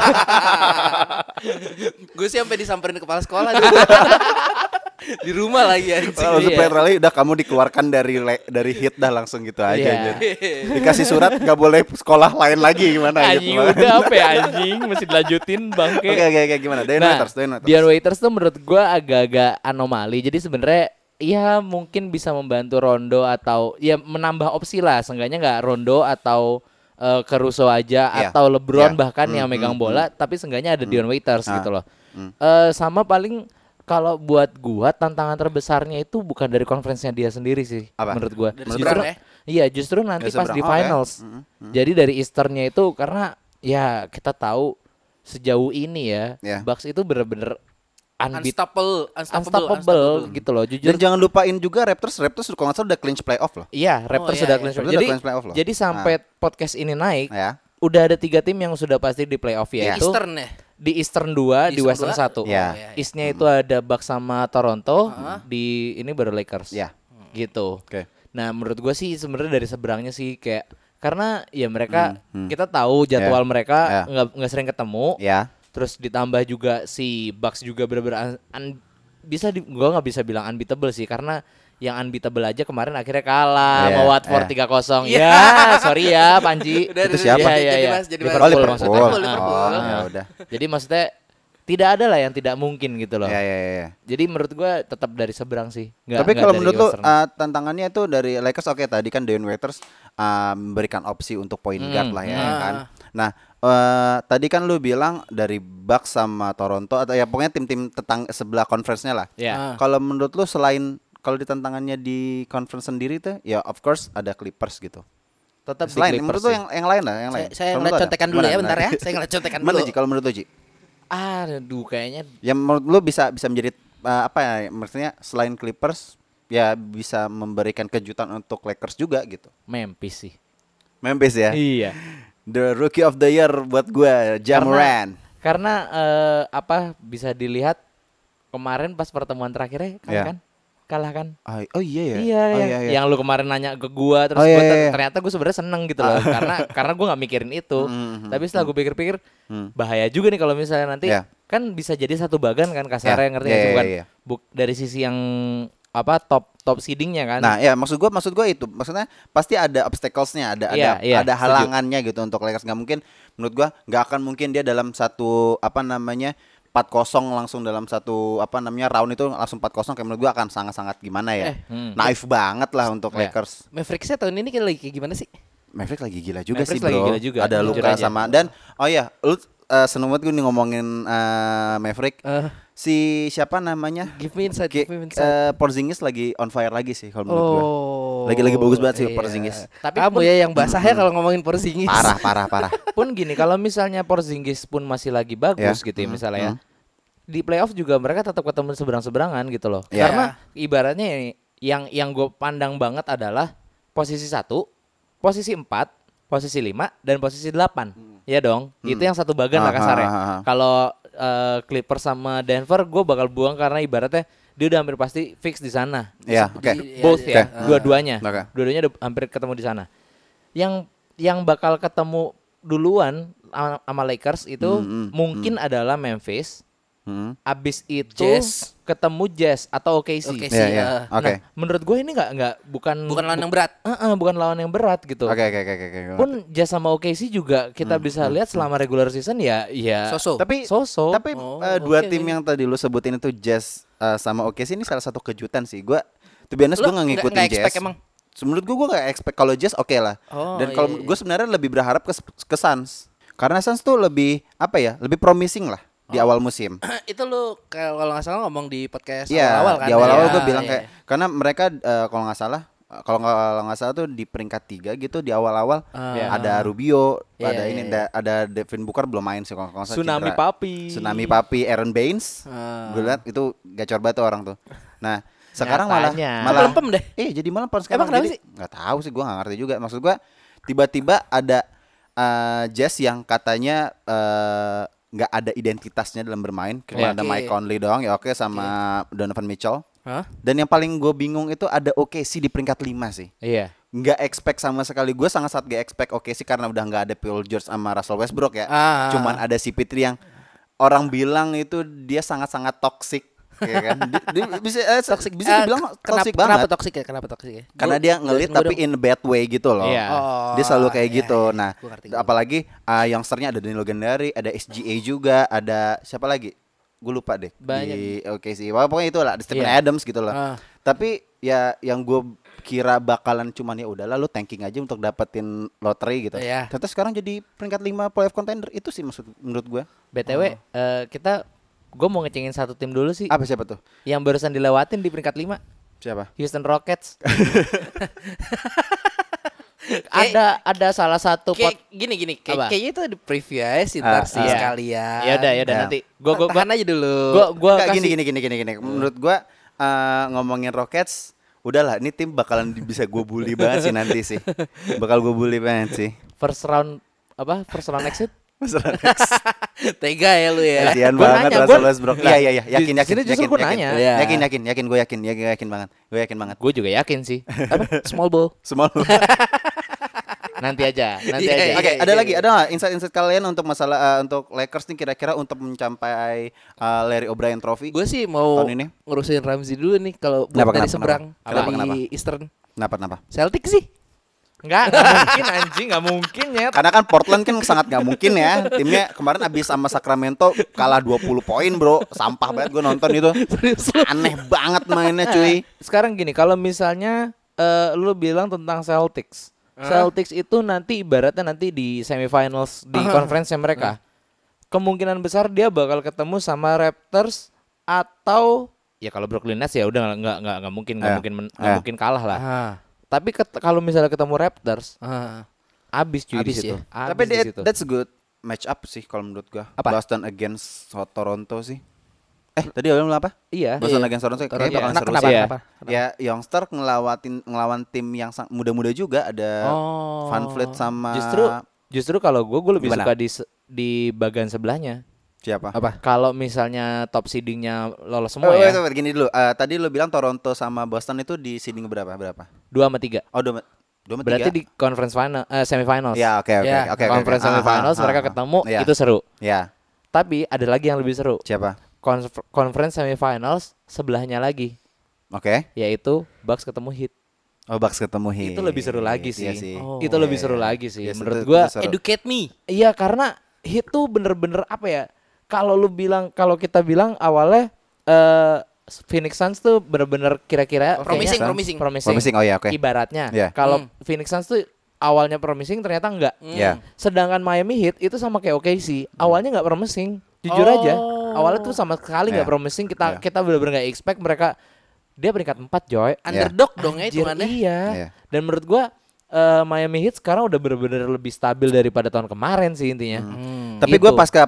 Gue sih sampai disamperin ke kepala sekolah dulu. Di rumah lagi anjing. Langsung Iya. player rally udah kamu dikeluarkan dari hit dah langsung gitu aja. Iya. anjir. Dikasih surat nggak boleh sekolah lain lagi gimana Anjing gitu. udah apa ya anjing, masih dilanjutin bangke. Oke, gimana? Dion Waiters. Dion Waiters tuh menurut gua agak-agak anomali. Jadi sebenarnya ya mungkin bisa membantu Rondo atau ya menambah opsi lah. Seenggaknya nggak Rondo atau Caruso aja Iya. atau LeBron Iya. bahkan yang megang bola, tapi seenggaknya ada Dion Waiters gitu loh. Sama paling kalau buat gua tantangan terbesarnya itu bukan dari konferensinya dia sendiri sih. Apa? Menurut gua. Dari Justru seberang ya? iya, justru nanti Dari pas seberang. di Oke. finals. Jadi dari Easternnya itu karena ya kita tahu sejauh ini ya Ya. Bucks itu bener-bener unstoppable gitu loh. Jujur Dan jangan lupain juga Raptors kalau nggak salah udah clinch playoff loh. iya, Raptors iya, sudah iya. clinch. Raptors udah Jadi clinch playoff loh. jadi sampai podcast ini naik Ya. udah ada 3 tim yang sudah pasti di playoff Iya. yaitu Eastern ya. di Eastern 2, di Eastern Western 2. 1. Iya. Eastnya itu ada Bucks sama Toronto, di ini baru Lakers. Iya. Gitu. Oke. Nah, menurut gua sih sebenarnya dari seberangnya sih kayak karena ya mereka kita tahu jadwal mereka nggak sering ketemu. Ya. Terus ditambah juga si Bucks juga bener-bener gua nggak bisa bilang unbeatable sih karena yang unbeatable aja kemarin akhirnya kalah Iya, sama Watford iya. 3-0. Iya. Ya, sorry ya Panji. Itu siapa? Iya. Jadi Liverpool Oh, maksudnya. Liverpool. Oh, ya udah. Jadi maksudnya tidak ada lah yang tidak mungkin gitu loh. Ya. Jadi menurut gua tetap dari seberang sih. Tapi kalau dari menurut lu Western. tantangannya itu dari Lakers oke tadi kan Dion Waiters memberikan opsi untuk point guard lah ya kan. Nah, tadi kan lu bilang dari Bucks sama Toronto atau ya pokoknya tim-tim sebelah conference-nya lah. Ya. Kalau menurut lu selain kalau di tantangannya di conference sendiri tuh ya of course ada Clippers gitu. Tetap di Selain Clippers menurut lu sih. yang lain lah, yang lain. Saya Kalau ngeliat menurut lu ada? contekan dulu Mana? ya bentar Mana? ya. Saya ngeliat contekan Mana dulu. Ji kalau menurut lu Ji? Aduh kayaknya Yang menurut lu bisa menjadi apa ya maksudnya selain Clippers ya bisa memberikan kejutan untuk Lakers juga gitu. Memphis sih. Memphis ya. Iya. The Rookie of the Year buat gue Ja Morant. Karena bisa dilihat kemarin pas pertemuan terakhirnya Iya. kan kalah kan. Oh iya ya. Iya, oh, iya. Yang lu kemarin nanya ke gua terus ternyata gua sebenarnya seneng gitu loh karena gua nggak mikirin itu. Tapi setelah gua pikir-pikir bahaya juga nih kalau misalnya nanti kan bisa jadi satu bagan kan kasarnya ngerti nggak sih? Bukan dari sisi yang top seedingnya kan. Nah ya maksud gua itu maksudnya pasti ada obstacles-nya, ada halangannya gitu untuk Lakers. Nggak mungkin, menurut gua nggak akan mungkin dia dalam satu 4-0 langsung dalam satu round itu langsung 4-0, kayak menurut gua akan sangat-sangat gimana ya. Naif banget lah untuk Lakers. Mavericksnya tahun ini lagi kayak gimana sih? Maverick lagi gila juga Mavericks sih bro. lagi gila juga. Ada luka sama dan lu seneng banget gue nih ngomongin Maverick. Si siapa namanya? Give me insight. Porzingis lagi on fire lagi sih kalau menurut gue. Lagi bagus banget sih Porzingis. Tapi kamu ya yang basah ya kalau ngomongin Porzingis. Parah. Pun gini, kalau misalnya Porzingis pun masih lagi bagus gitu ya misalnya ya. Di playoff juga mereka tetap ketemu seberang-seberangan gitu loh. Karena ibaratnya yang gue pandang banget adalah posisi 1, posisi 4, posisi 5 dan posisi 8. Ya dong. Itu yang satu bagan lah kasarnya. Kalau Clippers sama Denver gue bakal buang karena ibaratnya dia udah hampir pasti fix di sana. Iya, oke. Both ya, dua-duanya. Dua-duanya udah hampir ketemu di sana. Yang bakal ketemu duluan sama Lakers itu mungkin adalah Memphis. Abis itu Jazz. ketemu Jazz atau OKC. Nah, menurut gue ini bukan lawan yang berat. Bukan lawan yang berat gitu. Oke. Pun Jazz sama OKC juga kita bisa lihat selama regular season ya So-so. Tapi dua tim yang tadi lu sebutin itu Jazz sama OKC ini salah satu kejutan sih. Gue to be honest gue nggak ngikutin Jazz. Emang? Menurut gue nggak expect kalau Jazz oke lah. Dan kalau gue sebenarnya lebih berharap ke Suns. Karena Suns tuh lebih lebih promising lah di awal musim. Itu lu kalau nggak salah ngomong di podcast awal-awal kan. Di awal-awal gue bilang kayak karena mereka kalau nggak salah tuh di peringkat 3 gitu di awal-awal ada Rubio, ada Devin Booker belum main sih kalau nggak salah. Tsunami Papi, Aaron Baines. Gue lihat itu gacor banget tuh orang tuh. Nah, sekarang malah lempem deh. Jadi malah sekarang jadi nggak tahu sih, gue nggak ngerti juga. Maksud gue tiba-tiba ada Jazz yang katanya nggak ada identitasnya dalam bermain, cuma ada Mike Conley doang ya sama Donovan Mitchell. Dan yang paling gue bingung itu ada OKC di peringkat 5 sih. Iya. Nggak expect sama sekali, gue sangat gak expect OKC karena udah nggak ada Paul George sama Russell Westbrook ya. Cuman ada CP3 yang orang bilang itu dia sangat-sangat toxic. Ya kan? Bisa dibilang toxic banget. Kenapa toxic ya? Karena dia ngelit tapi in a bad way gitu loh. Dia selalu kayak gitu. Nah, apalagi youngsternya ada Danilo Gallinari, ada SGA juga, ada siapa lagi? Gue lupa deh. Banyak. Di OKC. Pokoknya itu lah, Stephen Adams gitu loh. Tapi ya yang gue kira bakalan cuman ya udahlah lu tanking aja untuk dapetin lottery gitu. Ternyata sekarang jadi peringkat 5 playoff contender. Itu sih menurut gue. BTW gue mau ngecengin satu tim dulu sih. Apa siapa tuh? Yang barusan dilewatin di peringkat 5. Siapa? Houston Rockets. ada salah satu gini kayaknya itu di preview aja sih sekalian. Ya udah nanti gua tahan aja dulu. Gua gini. Menurut gua ngomongin Rockets udahlah, ini tim bakalan bisa gue bully banget sih nanti sih. Bakal gue bully banget sih. First round exit. Tega ya lu ya. Kasian banget Russell Westbrook. Iya. Yakin. Gue nanya. Yakin. Gue yakin banget. Gue juga yakin sih. Small ball. Nanti aja. Oke, ada nggak insight kalian untuk masalah untuk Lakers nih kira-kira untuk mencapai Larry O'Brien Trophy? Gue sih mau ngurusin Ramzi dulu nih kalau dari seberang dari Eastern. Kenapa? Celtic sih. Nggak mungkin anjing, nggak mungkin ya. Karena kan Portland kan sangat nggak mungkin ya. Timnya kemarin abis sama Sacramento kalah 20 poin bro. Sampah banget gue nonton itu. Aneh banget mainnya cuy. Sekarang gini, kalau misalnya lu bilang tentang Celtics itu nanti ibaratnya nanti di semifinals di conference mereka. Kemungkinan besar dia bakal ketemu sama Raptors atau ya kalau Brooklyn Nets ya udah nggak mungkin kalah lah. Tapi kalau misalnya ketemu Raptors, abis cuy di situ. Ya. Tapi that's good match up sih kalau menurut gua. Boston against Toronto sih. Tadi bilang apa? Iya. Boston against Toronto kayaknya bakalan seru sih. Ya, youngster ngelawan tim yang muda-muda juga ada Van Vliet sama. Justru kalau gue lebih suka di bagian sebelahnya. Siapa? Apa? Kalau misalnya top seedingnya lolos semua ya. Wait, gini dulu. Tadi lu bilang Toronto sama Boston itu di seeding berapa? 2-3. Oh, 2-3. Berarti di conference final, semifinals. Ya, oke. Conference semifinals mereka ketemu, Ya. itu seru. Ya. Tapi ada lagi yang lebih seru. Siapa? Conference semifinals sebelahnya lagi, Oke. yaitu Bucks ketemu Heat. Oh, Bucks ketemu Heat. Itu lebih seru lagi sih. Iya sih. Itu lebih seru lagi sih. Yes, Menurut itu gua. seru. Educate me. Iya, karena Heat tuh bener-bener apa ya? Kalau kita bilang awalnya Phoenix Suns tuh bener-bener kira-kira Promising. Promising. Oh ya, oke. Ibaratnya Yeah. kalau Phoenix Suns tuh awalnya promising ternyata enggak. Ya. Sedangkan Miami Heat itu sama kayak OKC, awalnya nggak promising. Jujur Oh. aja. Awalnya tuh sama sekali nggak Yeah. promising. Kita Yeah. bener-bener nggak expect mereka. Dia peringkat 4, Joy. Underdog dong ya Anjir, hitungannya. Iya. Iya. Dan menurut gua Miami Heat sekarang udah bener-bener lebih stabil daripada tahun kemarin sih intinya. Tapi Gitu. gue pasca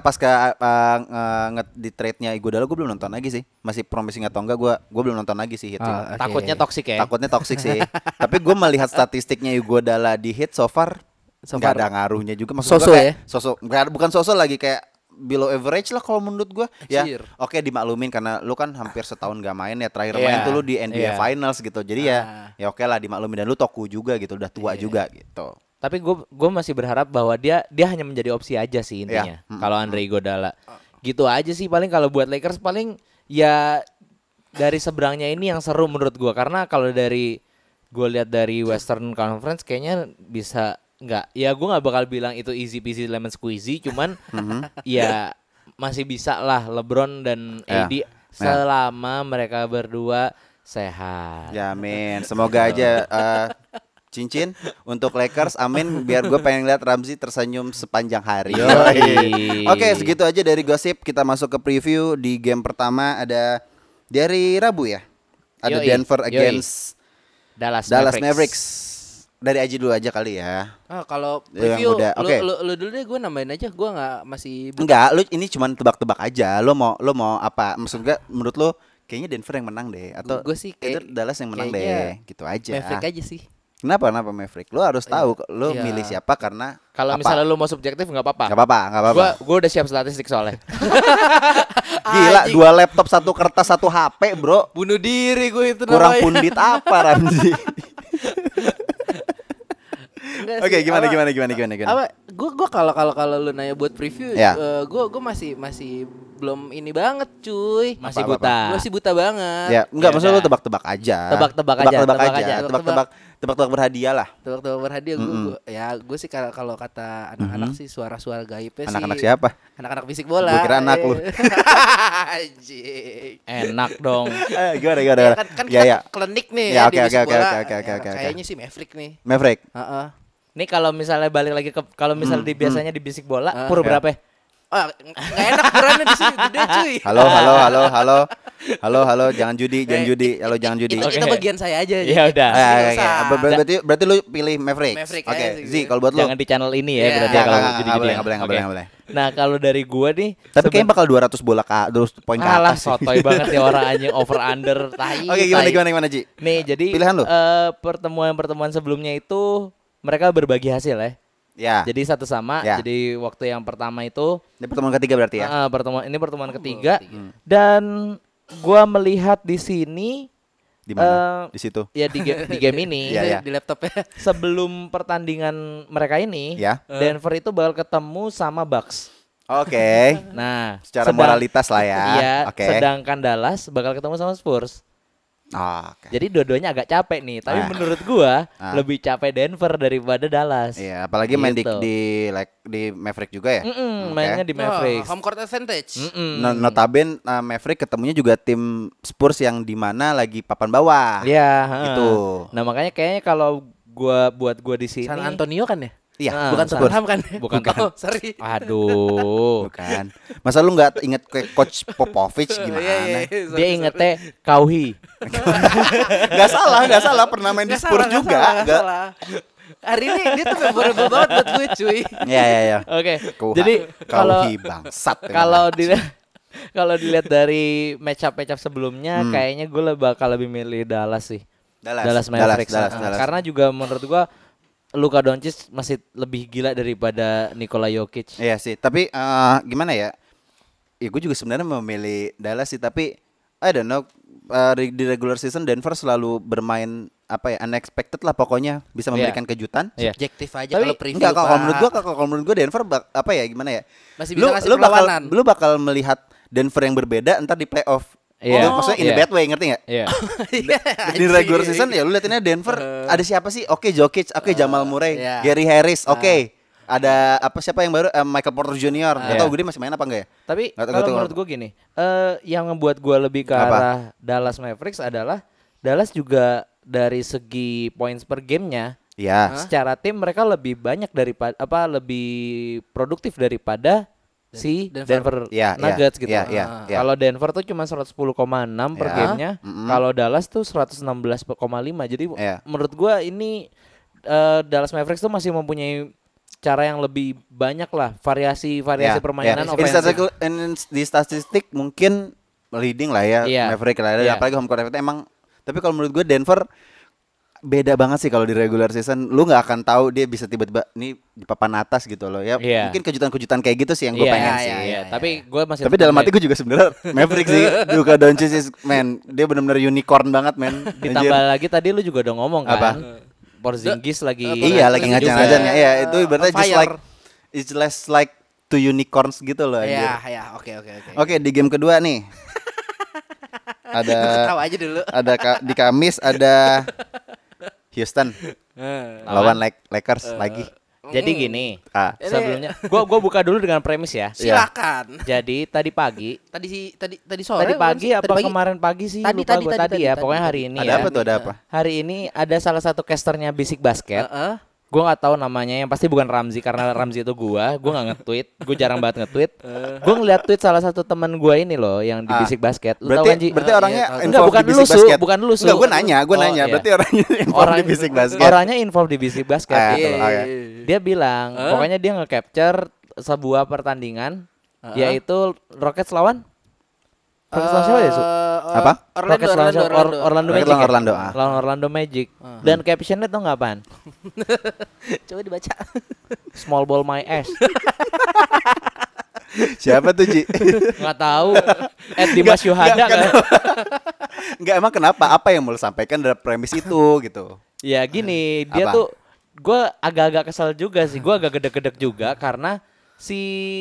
di trade-nya Iguodala gue belum nonton lagi sih. Masih promising atau enggak gue belum nonton lagi sih Heat sih. Oke. Takutnya toxic ya. Takutnya toxic sih. Tapi gue melihat statistiknya Iguodala di Heat so far nggak ada ngaruhnya juga. Maksud So-so gua kayak ya? so-so, bukan so-so lagi, kayak below average lah kalau menurut gue. Ya, Anjir. oke dimaklumin karena lu kan hampir setahun gak main ya. Terakhir Iya, main tuh lu di NBA iya. Finals gitu. Jadi ya oke lah dimaklumin, dan lu Toku juga gitu, udah tua juga gitu. Tapi gue masih berharap bahwa dia hanya menjadi opsi aja sih intinya. Iya. Kalau Andre Iguodala. Gitu aja sih paling kalau buat Lakers paling ya dari seberangnya ini yang seru menurut gue, karena kalau dari gue lihat dari Western Conference kayaknya bisa nggak, ya gue nggak bakal bilang itu easy peasy lemon squeezy, cuman ya masih bisa lah LeBron dan Ya. AD selama mereka berdua sehat. Ya amin. Semoga aja cincin untuk Lakers, amin. Biar gue pengen lihat Ramzi tersenyum sepanjang hari. Yoi. Oke, segitu aja dari gosip. Kita masuk ke preview. Di game pertama ada dari Rabu ya. Ada Yoi. Denver Yoi. against Dallas Mavericks. Dari Aji dulu aja kali ya. Kalau Yang preview udah, oke. lu dulu deh, gue nambahin aja. Gue nggak masih Enggak, lu ini cuman tebak-tebak aja. Lu mau apa? Maksudnya menurut lu kayaknya Denver yang menang deh, atau Gue sih itu kayak Dallas yang menang kayaknya deh. Gitu aja. Maverick aja sih. Kenapa Maverick? Lu harus tahu lu Iya. milih siapa karena Kalau apa? misalnya lu mau subjektif nggak apa-apa. Nggak apa-apa. Gue udah siap statistik soalnya. Gila, 2 laptop, 1 kertas, 1 HP, bro. Bunuh diri gue itu Kurang namanya. pundit apa, Ramzi? Enggak Oke, sih, gimana? Apa? Gue kalau lu nanya buat preview, Ya. gue masih belum ini banget, cuy. Masih Apa-apa? buta. Masih buta banget. Ya, enggak, Ya maksudnya udah. lu tebak-tebak aja. Tebak-tebak aja. Tebak-tebak berhadiah lah. Tebak-tebak berhadiah gue sih kalau kata anak-anak sih suara-suara gaibnya sih. Anak-anak siapa? Anak-anak fisik bola. Gua kira anak lu. Anjing. Enak dong. Gimana? Ya, kan Ya, kita ya. klinik nih Ya, ya, oke, di fisik oke, bola. oke. Ya, kayaknya sih Maverick nih. Maverick. Heeh. Nih kalau misalnya balik lagi ke kalau misalnya di biasanya di bisik bola, pur Ya. berapa? Ah, nggak enak ukurannya di sini gede cuy. Halo, jangan judi. Halo, jangan judi. Itu, Oke. itu bagian saya aja. Ya udah. Nggak usah. Berarti lu pilih Maverick. Maverick Oke, aja sih Zi, gue. kalau buat lu. Jangan di channel ini ya Iya. berarti Nggak, kalau nggak, jadi nggak boleh. Nah, kalau dari gua nih Tapi kayaknya bakal 200 poin ke alah atas sih. sotoy banget ya orang anjing over under tai. Oke, tai. gimana Ji? Nih, jadi Pilihan lu? pertemuan sebelumnya itu mereka berbagi hasil ya. Ya. Jadi satu sama. Ya. Jadi waktu yang pertama itu Ini pertemuan ketiga berarti ya. pertemuan ketiga dan gua melihat di sini Di mana? Di situ. ya di game ini Iya, iya. Di laptopnya. sebelum pertandingan mereka ini Ya. Denver itu bakal ketemu sama Bucks. Oke. Nah, Secara moralitas lah ya. Iya, Oke. sedangkan Dallas bakal ketemu sama Spurs. Oke. Jadi dua-duanya agak capek nih, tapi Ah. menurut gua Ah. lebih capek Denver daripada Dallas. Iya, apalagi main Gitu. di Maverick juga ya. Mm-mm, Oke. mainnya di Mavericks. Home court advantage. Mm-mm. Notabene Maverick ketemunya juga tim Spurs yang di mana lagi papan bawah. Iya, Gitu. Nah, makanya kayaknya kalau buat gua di sini San Antonio kan ya? Iya, Bukan Spurs. Tottenham kan? Bukan. Oh, sorry. Aduh. Bukan. Masa lu nggak inget coach Popovich gimana? Iya, sorry, Dia ingetnya Kauhi. Nggak salah pernah main di Nggak Spurs salah, juga. nggak Nggak- salah. Hari ini dia tuh memorable banget buat gue cuy. Iya. Oke. Kuha. Jadi kalau Kauhi bangsat. kalau dilihat kalau dilihat dari match up sebelumnya kayaknya gue bakal lebih milih Dallas sih. Dallas Mavericks. Dallas. Karena juga menurut gua Luka Doncic masih lebih gila daripada Nikola Jokic. Iya sih, tapi gimana ya? ya gue juga sebenarnya memilih Dallas sih, tapi I don't know, di regular season Denver selalu bermain apa ya, unexpected lah pokoknya, bisa memberikan kejutan. Subjektif aja Tapi kalau preview. Enggak, Pak. kalau menurut gue Denver apa ya, gimana ya? Masih bisa ngasih perlawanan. Lu bakal melihat Denver yang berbeda entar di playoff. Iya. Itu maksudnya in the bad way, ngerti nggak? Iya. Di regular season ya lu liatinnya Denver ada siapa sih? Oke, Jokic, oke, Jamal Murray, Iya. Gary Harris, oke. Ada siapa yang baru? Michael Porter Jr. Gak tau gue dia masih main apa enggak ya? Tapi Nggak tahu, kalau nggak tahu. menurut gue gini, yang ngebuat gue lebih ke Apa? arah Dallas Mavericks adalah Dallas juga dari segi points per gamenya, Iya. secara tim mereka lebih banyak daripada lebih produktif daripada si Denver Iya, Nuggets gitu. iya, iya, iya. Kalau Denver tuh cuma 110,6 per Iya. gamenya, kalau Dallas tuh 116,5. Jadi Iya. menurut gue ini Dallas Mavericks tuh masih mempunyai cara yang lebih banyak lah, variasi Ya, permainan ya. ofensif. Di statistik mungkin leading lah ya, Iya. Maverick lah, Iya. apalagi home court advantage emang. Tapi kalau menurut gue Denver beda banget sih kalau di regular season. Lu nggak akan tahu dia bisa tiba-tiba nih di papan atas gitu loh ya. Iya. Mungkin kejutan-kejutan kayak gitu sih yang gue pengen sih. Tapi gue masih Tapi dalam hati gue juga sebenarnya Maverick sih. Luka Doncic is man, dia benar-benar unicorn banget man. ditambah lagi tadi lu juga udah ngomong kan. Apa? Porzingis lagi Iya, lagi juga. ngajar-ngajarnya. Iya, itu ibaratnya on fire. it's less like two unicorns gitu loh anjir. Iya, oke. Oke, di game kedua nih. Ada Tahu aja dulu. di Kamis ada Houston lawan Lakers lagi. Jadi gini, Ah. sebelumnya gua buka dulu dengan premis ya. Silakan. Jadi tadi pagi, Tadi sore. tadi pagi bukan sih? apa Tadi pagi? kemarin pagi sih? Tadi, Lupa tadi, gua tadi, tadi tadi, ya. tadi, Pokoknya tadi. hari ini Ada ya. apa tuh? Ada apa? Hari ini ada salah satu casternya Basic Basket. Heeh. Gue nggak tahu namanya, yang pasti bukan Ramzi karena Ramzi itu gue nggak nge-tweet, gue jarang banget nge-tweet. Gue ngeliat tweet salah satu teman gue ini loh yang di Basic Basket. Lu tahu kan Ji? Berarti orangnya iya, tahu. Enggak, involved bukan di lu, Basic Su. Basket. Bukan lu, Su. Enggak, gue nanya. Oh, iya. Berarti orangnya involved di Basic Basket. Orangnya involved di Basic Basket gitu loh. Oke. Dia bilang, pokoknya dia nge-capture sebuah pertandingan, yaitu Rockets lawan Rockets lawan siapa ya, Su? Apa? Rockets lawan siapa? Orlando Rockets Magic. lawan ya? Orlando, ah. Lawan Orlando Magic. Dan captionnya tuh nggak apaan? Coba dibaca. Small ball my ass. Siapa tuh, Ji? Nggak tahu. Dimas Yuhada kan? Enggak, emang kenapa? Apa yang mau lu sampaikan dari premis itu gitu? Ya gini, dia Apa? tuh gue agak-agak kesel juga sih. Gue agak gede-gede juga karena si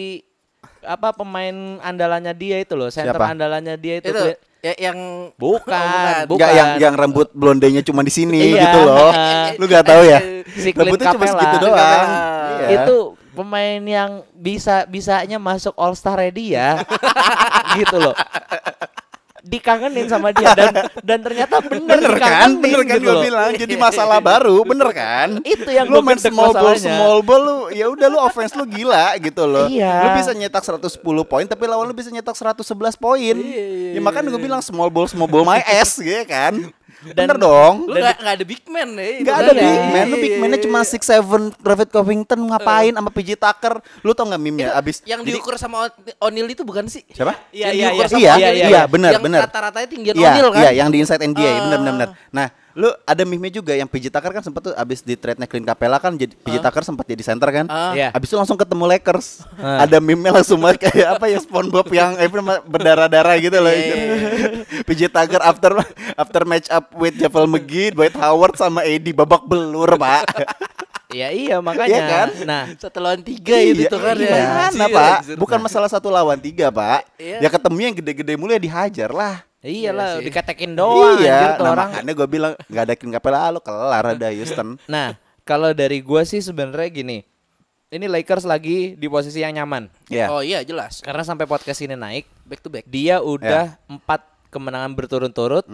pemain andalannya dia itu loh, center Siapa? andalannya dia itu, Itu yang bukan. Enggak, yang rambut blondenya cuma di sini Iya. gitu loh. Lu gak tahu ya? Si Clint Rambutnya cuma Capella. segitu doang. Iya. Itu pemain yang bisanya masuk All Star ready ya. Gitu loh. Dikangenin sama dia dan ternyata bener dikangenin Bener kan gitu gue loh. bilang jadi masalah baru, bener kan? Itu yang lu gua main gedek small masalahnya. ball lu ya udah lu offense lu gila gitu loh. Iya. Lu bisa nyetak 110 poin tapi lawan lu bisa nyetak 111 poin. Ya makanya gue bilang small ball my ass gitu kan. Bener dong. Lu nggak ada big man ya. Gak ada big man, lu big man-nya cuma 6'7", David Covington ngapain sama PJ Tucker. Lu tau gak meme-nya abis Yang jadi- diukur sama O'Neal itu bukan sih? Siapa? Yang Iya, diukur iya. sama Iya, O'Neal itu iya, kan? benar, Yang benar. rata-ratanya tinggian Iya, O'Neal kan? iya, yang di Inside NBA, benar. Nah, lu ada meme juga yang PJ Tucker kan sempat tuh abis di trade-nya Clint Capella kan jadi PJ Tucker sempat jadi center kan. Iya. Abis itu langsung ketemu Lakers. Ada meme-nya langsung kayak apa ya SpongeBob yang berdarah-darah gitu loh. PJ Tucker after match up with Javel McGee, Dwight Howard sama AD babak belur, Pak. Iya makanya. Iya kan? Nah, 1 lawan 3 itu tuh kan ya. Gimana, Anjir, Pak? anjir. Bukan masalah 1 lawan 3, Pak. Iya. Ya ketemu yang gede-gede mulu ya dihajar lah. iyalah Iya sih. diketekin doang anjir Iya, tuh nah orang. makanya gue bilang nggak ada Clint Capella, lu kelar ada Houston. Nah, kalau dari gua sih sebenarnya gini. Ini Lakers lagi di posisi yang nyaman. Iya. Oh iya jelas. Karena sampai podcast ini naik, Back to back. dia udah 4 kemenangan berturut-turut.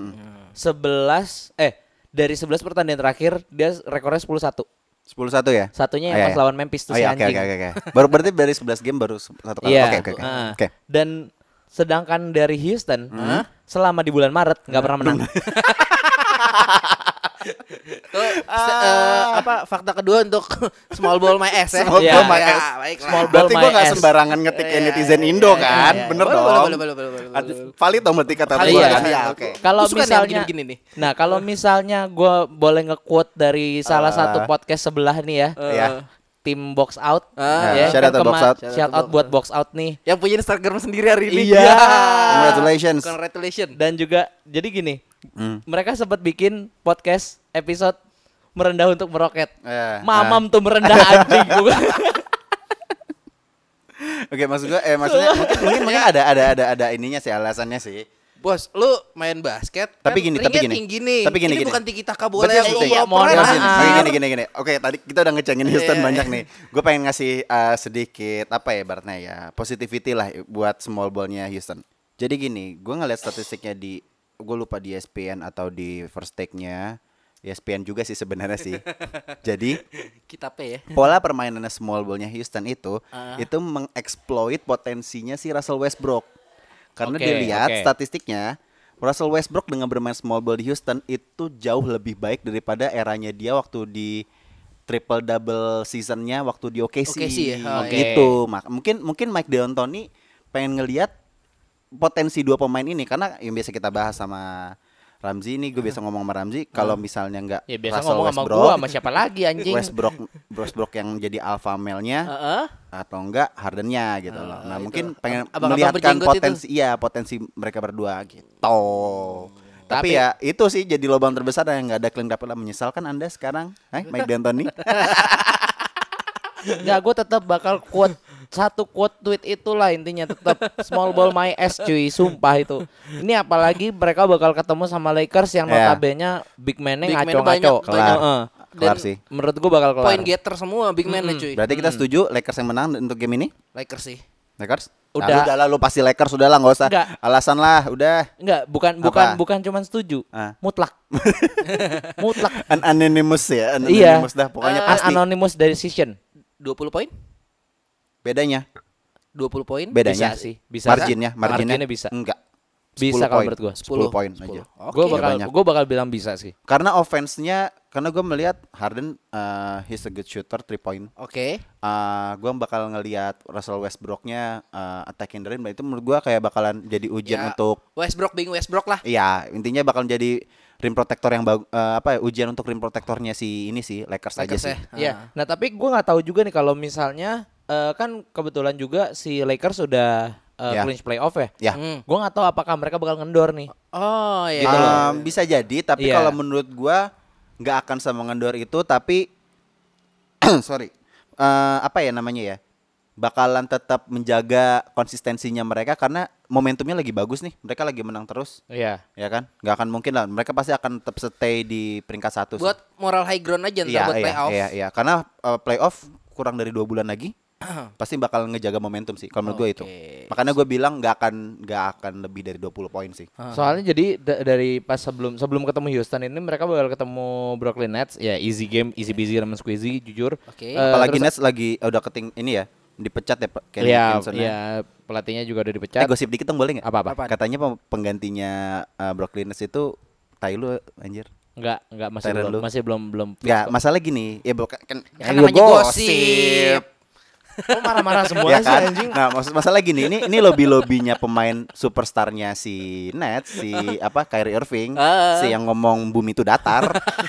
11 dari 11 pertandingan terakhir dia rekornya 10-1. 10-1 ya? Satunya Oh, yang iya, pas iya. lawan Memphis tuh Oh, si iya, oke, anjing. oke. Baru berarti dari 11 game baru 1 kali. Iya. Oke. Heeh. Oke. Dan sedangkan dari Houston selama di bulan Maret nggak pernah menang. Tuh fakta kedua untuk small ball my ass ya. Small ball my Ya, ass. baiklah. Small ball Berarti my gue gak ass. sembarangan ngetik Iya, netizen iya, Indo iya, kan? iya. Bener Boleh, dong. boleh. Valid dong berarti kata Valid, gue iya. kan? Iya, oke. Kalau Gua suka nih yang misalnya begini-begini nih. Nah, kalau misalnya gue boleh nge-quote dari salah satu podcast sebelah nih ya. Iya. tim box out. Shout out to Box Out. Shout out buat box out nih. Yang punya Instagram sendiri hari ini. Iya. Congratulations. Congratulations. Dan juga jadi gini, mereka sempat bikin podcast episode merendah untuk meroket. Mamam tuh merendah anjing. Oke, maksudnya mungkin ada ininya sih, alasannya sih. Bos, lu main basket Tapi kan gini. nih. Ini bukan tiki taka bola Betul, yang betul. Iya, mohon operan. maaf. Gini. Oke, tadi kita udah ngecengin Houston banyak nih. Gue pengen ngasih sedikit apa ya ibaratnya ya, positivity lah buat small ballnya Houston. Jadi gini, gue ngeliat statistiknya gue lupa di ESPN atau di First Take-nya. ESPN juga sih sebenarnya sih. Jadi Kita ya. pola permainan small ballnya Houston itu mengeksploit potensinya si Russell Westbrook. Karena dilihat statistiknya, Russell Westbrook dengan bermain small ball di Houston itu jauh lebih baik daripada eranya dia waktu di triple double seasonnya waktu di OKC. Gitu. Mungkin Mike D'Antoni pengen ngelihat potensi dua pemain ini, karena yang biasa kita bahas sama Ramzi ini, gue biasa ngomong sama Ramzi, kalau misalnya nggak Ya biasa Russell ngomong sama Westbrook, gua sama siapa lagi anjing. Westbrook yang jadi alpha male-nya atau enggak Harden-nya gitu loh. Nah, mungkin pengen abang-abang melihatkan berjenggot potensi mereka berdua gitu. Tapi ya itu sih jadi lubang terbesar yang nggak ada Clint Capela. Menyesalkan Anda sekarang, Mike D'Antoni. Enggak, gue tetap bakal quote tweet itulah intinya, tetap small ball my ass cuy, sumpah itu. Ini apalagi mereka bakal ketemu sama Lakers yang notabene big man-nya ngaco-ngaco. Kelar sih. Menurut gue bakal kelar. Point getter semua big man cuy. Berarti kita setuju Lakers yang menang untuk game ini? Lakers sih. Lakers? Udah. Udah lah, lu pasti Lakers, udah lah, nggak usah Enggak. alasan lah, udah. Enggak, bukan cuman setuju. Mutlak. Mutlak. Anonymous ya, Iya. anonymous dah pokoknya pasti. Anonymous decision. 20 poin? Bedanya 20 poin? Bedanya Bisa sih, bisa. marginnya bisa. Enggak. Bisa 10 kalau poin. menurut gua. 10 poin aja. Gue bakal bilang bisa sih. Karena offense-nya, karena gue melihat Harden he's a good shooter 3 point. Oke. Gue bakal ngelihat Russell Westbrook-nya attacking the rim, itu menurut gue kayak bakalan jadi ujian untuk Westbrook lah. Iya, intinya bakal jadi rim protector yang ujian untuk rim protectornya si Lakers aja sih. Iya. Nah, tapi gue nggak tahu juga nih kalau misalnya kan kebetulan juga si Lakers udah clinch playoff ya. Gue nggak tahu apakah mereka bakal ngendor nih. Oh iya. Gitu loh. Bisa jadi, tapi kalau menurut gue nggak akan sama ngendor itu, tapi sorry, apa ya namanya ya, bakalan tetap menjaga konsistensinya mereka karena momentumnya lagi bagus nih, mereka lagi menang terus. Iya. Ya kan, nggak akan mungkin lah, mereka pasti akan tetap stay di peringkat 1 Buat moral high ground aja ntar buat playoff. Iya, karena playoff kurang dari 2 bulan lagi. Pasti bakal ngejaga momentum sih kalau menurut gue itu. Makanya gue bilang nggak akan lebih dari 20 poin sih. Soalnya jadi dari pas sebelum ketemu Houston ini mereka bakal ketemu Brooklyn Nets, ya easy game, easy busy lemon squeezy jujur. Apalagi Nets lagi udah ini ya, dipecat ya Kenny Atkinson. Iya, pelatihnya juga udah dipecat. Gosip dikit dong, boleh nggak? Apa? Katanya penggantinya Brooklyn Nets itu tai lu anjir. Enggak, masih belum. Enggak, masalah gini, ya kan namanya gosip. Oh, marah-marah semua ya sih kan? anjing. Nah, masalah gini, ini lobby-lobbynya pemain superstarnya si Nets, si Kyrie Irving, si yang ngomong bumi itu datar.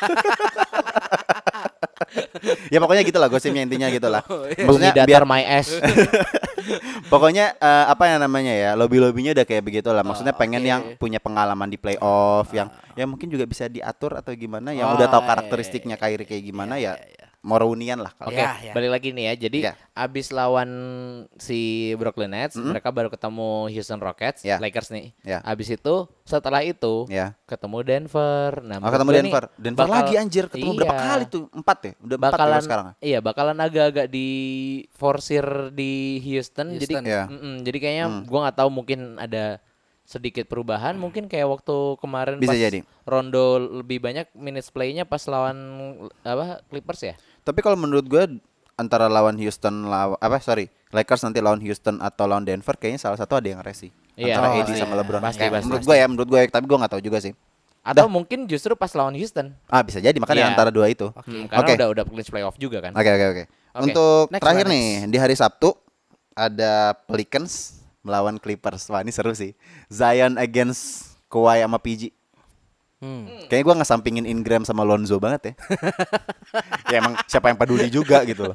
Ya pokoknya gitulah gosipnya, intinya gitulah. Maksudnya datar my ass. Pokoknya apa yang namanya ya, lobby-lobbynya udah kayak begitulah. Maksudnya pengen yang punya pengalaman di playoff, yang ya mungkin juga bisa diatur atau gimana, yang udah tahu karakteristiknya Kyrie kayak gimana ya. Mau reunian lah. Oke, balik lagi nih ya. Jadi abis lawan si Brooklyn Nets, mereka baru ketemu Houston Rockets, Lakers nih. Abis itu, setelah itu ketemu Denver. Nah, ketemu Denver lagi anjir. Ketemu berapa kali tuh? 4 ya? Udah 4 ya sekarang. Iya, bakalan agak-agak di forsir di Houston. Jadi kayaknya gua nggak tahu, mungkin ada sedikit perubahan, mungkin kayak waktu kemarin bisa pas jadi. Rondo lebih banyak minutes play-nya pas lawan Clippers ya. Tapi kalau menurut gue antara lawan Lakers nanti lawan Houston atau lawan Denver, kayaknya salah satu ada yang resi. Antara AD sama LeBron. Pasti. Menurut gue tapi gue nggak tahu juga sih. Atau mungkin justru pas lawan Houston. Bisa jadi, makanya antara dua itu. Karena udah clinch playoff juga kan. Oke. Untuk terakhir nih di hari Sabtu ada Pelicans melawan Clippers. Wah, ini seru sih. Zion against Kawhi sama PG. Kayaknya gue ngesampingin Ingram sama Lonzo banget ya. Ya emang siapa yang peduli juga gitu loh.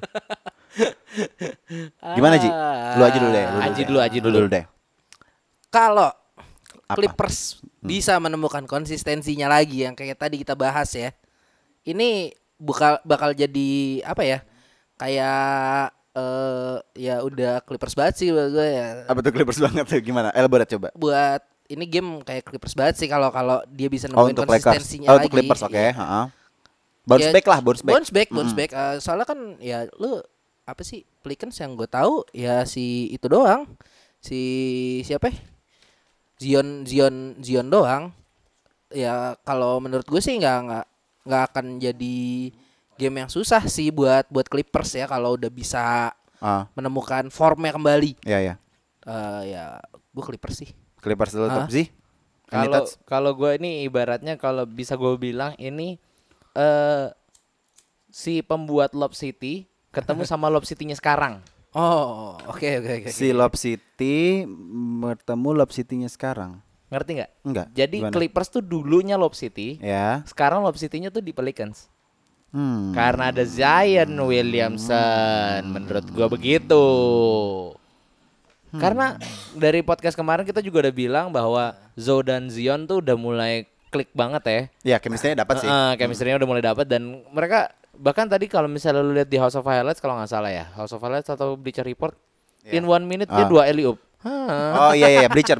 Gimana Ji? Lu aja dulu deh. Aji dulu deh. Kalau Apa? Clippers bisa menemukan konsistensinya lagi yang kayak tadi kita bahas ya. Ini bakal jadi apa ya? Kayak ya udah Clippers banget sih buat gue ya. Apa tuh Clippers banget tuh? Gimana? Elaborate coba. Buat ini game kayak Clippers banget sih kalau dia bisa Oh, nemuin untuk Lakers. konsistensinya Oh, lagi. untuk Clippers, oke. Iya. Heeh. Bounce Ya, back lah, bounce back. Bounce back. Soalnya kan ya lu apa sih Pelicans yang gue tahu ya si itu doang. Si siapa ya? Zion doang. Ya kalau menurut gue sih nggak akan jadi game yang susah sih buat Clippers ya kalau udah bisa menemukan formnya kembali. Iya. Ya gue Clippers sih. Clippers dulu top sih. Kalau gue ini ibaratnya kalau bisa gue bilang ini si pembuat Lob City ketemu sama Lob City-nya sekarang. Oh, oke. Si Lob City bertemu Lob City-nya sekarang. Ngerti nggak? Enggak. Jadi Gimana? Clippers tuh dulunya Lob City. Ya. Sekarang Lob City-nya tuh di Pelicans. Karena ada Zion Williamson, menurut gua begitu. Karena dari podcast kemarin kita juga udah bilang bahwa Zo dan Zion tuh udah mulai klik banget ya. Ya, chemistry-nya dapat sih. Chemistry-nya udah mulai dapat dan mereka bahkan tadi kalau misalnya lu lihat di House of Highlights kalau nggak salah ya, House of Highlights atau Bleacher Report, in 1 minute dia 2 alley-oop. Oh iya, Bleacher.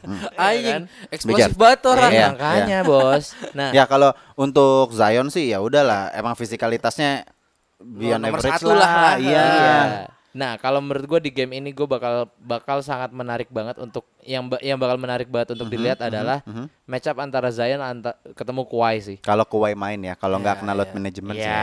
Anjing, eksplosif banget orang. Iya. Makanya bos. Nah, Ya kalau untuk Zion sih ya udahlah, emang fisikalitasnya beyond Nomor average satu lah. Iya. Nah, kalau menurut gue di game ini gue bakal sangat menarik banget untuk yang bakal menarik banget untuk dilihat adalah match up antara Zion ketemu Kawhi sih. Kalau Kawhi main ya, kalau nggak kena load management sih.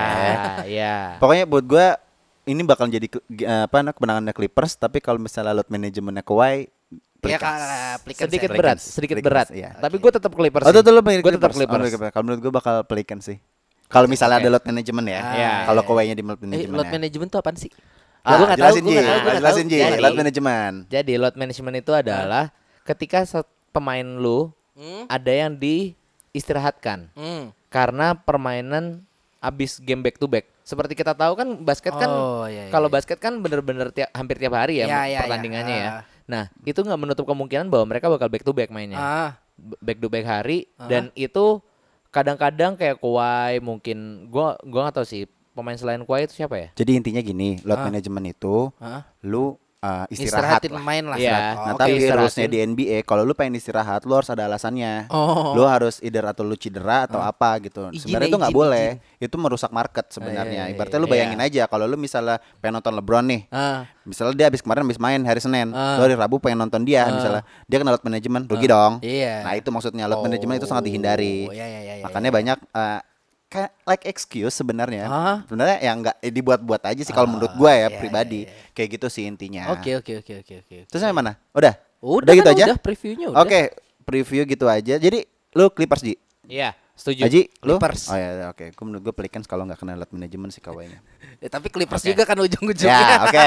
Iya. Pokoknya buat gue ini bakal jadi kemenangannya Clippers, tapi kalau misalnya load managementnya Kawhi, Ya Pelicans. Sedikit berat. Iya. Tapi gue tetap Clippers. Oh, lu Gue tetap Clippers. Kalau menurut gue bakal Pelicans sih. Kalau misalnya ada load management ya. Iya. Kalau Kawhi-nya di load management. Load management tuh apaan sih? Gua nggak tahu, Jelasin gua Ji, nggak tahu. jelasin Ji, Jadi- load management. Jadi load management itu adalah ketika pemain lu ada yang diistirahatkan karena permainan abis game back to back. Seperti kita tahu kan basket kan kalau basket kan bener-bener hampir tiap hari ya pertandingannya ya. Nah itu nggak menutup kemungkinan bahwa mereka bakal back to back mainnya. Back to back hari dan itu kadang-kadang kayak Kawhi mungkin gua nggak tahu sih pemain selain Kawhi itu siapa ya? Jadi intinya gini, load management itu lu istirahat Istirahatin lah. main lah. Iya. Nah, Oke, tapi istirahatin. rulesnya di NBA, kalau lu pengen istirahat, lu harus ada alasannya. Lu harus either atau lu cedera atau apa gitu. Sebenarnya itu nggak boleh. Itu merusak market sebenarnya. Ibaratnya lu bayangin aja kalau lu misalnya pengen nonton LeBron nih. Misalnya dia kemarin habis main hari Senin, lu hari Rabu pengen nonton dia, misalnya dia kena load management, rugi dong. Iya. Nah, itu maksudnya load management itu sangat dihindari. Makanya banyak kayak like excuse sebenarnya. Sebenarnya ya nggak dibuat-buat aja sih kalau menurut gue ya pribadi. Kayak gitu sih intinya. Oke. Terus sampai mana? Udah kan gitu aja. Udah previewnya udah. Oke, preview gitu aja. Jadi lu Clippers Ji. Iya, setuju. Aji, lu? Clippers. Oh ya, oke. Menurut gue Pelicans kalau nggak kena load management sih Kawhi-nya. Tapi Clippers juga kan ujung-ujungnya. Ya, oke.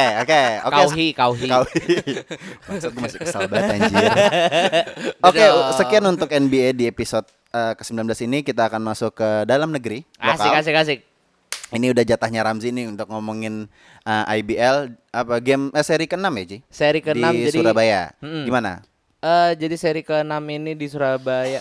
Kauhi. Maksud gue masih kesal banget anjir. Oke, sekian untuk NBA di episode ke-19 ini. Kita akan masuk ke dalam negeri. Lokal. Asik. Ini udah jatahnya Ramzi nih untuk ngomongin IBL apa game seri ke-6 ya, Ji? Seri ke-6 di jadi Surabaya. Gimana? Jadi seri ke-6 ini di Surabaya.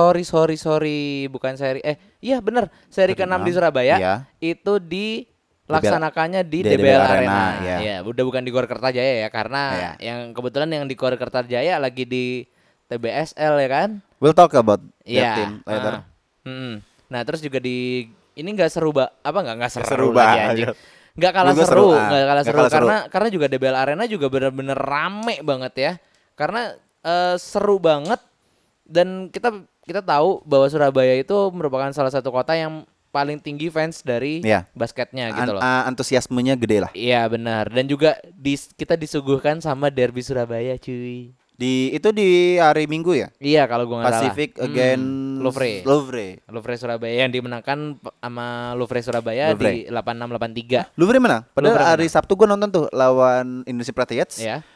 Sorry, bukan seri. Iya bener, seri ke-6 di Surabaya. Iya. Itu dilaksanakannya di DBL Arena. Ya, udah bukan di Gor Kertajaya ya, karena yang kebetulan yang di Gor Kertajaya lagi di TBSL ya kan. We'll talk about Iya. that team later. Nah, terus juga ini nggak seru nggak seru, Seru lagi banget. anjing. Nggak kalah Menurut gue seru, seru, nggak kalah nggak seru kalah seru. karena juga DBL Arena juga bener-bener rame banget ya. Karena seru banget dan kita tahu bahwa Surabaya itu merupakan salah satu kota yang paling tinggi fans dari basketnya gitu loh. Antusiasmenya gede lah. Iya benar dan juga kita disuguhkan sama Derby Surabaya cuy. Itu di hari Minggu ya? Iya kalau gua nggak salah. Pacific against Louvre Surabaya yang dimenangkan sama Louvre Surabaya di 86-83. Louvre menang. Padahal Louvre hari Sabtu gue nonton tuh lawan Indonesia Patriots. Ya.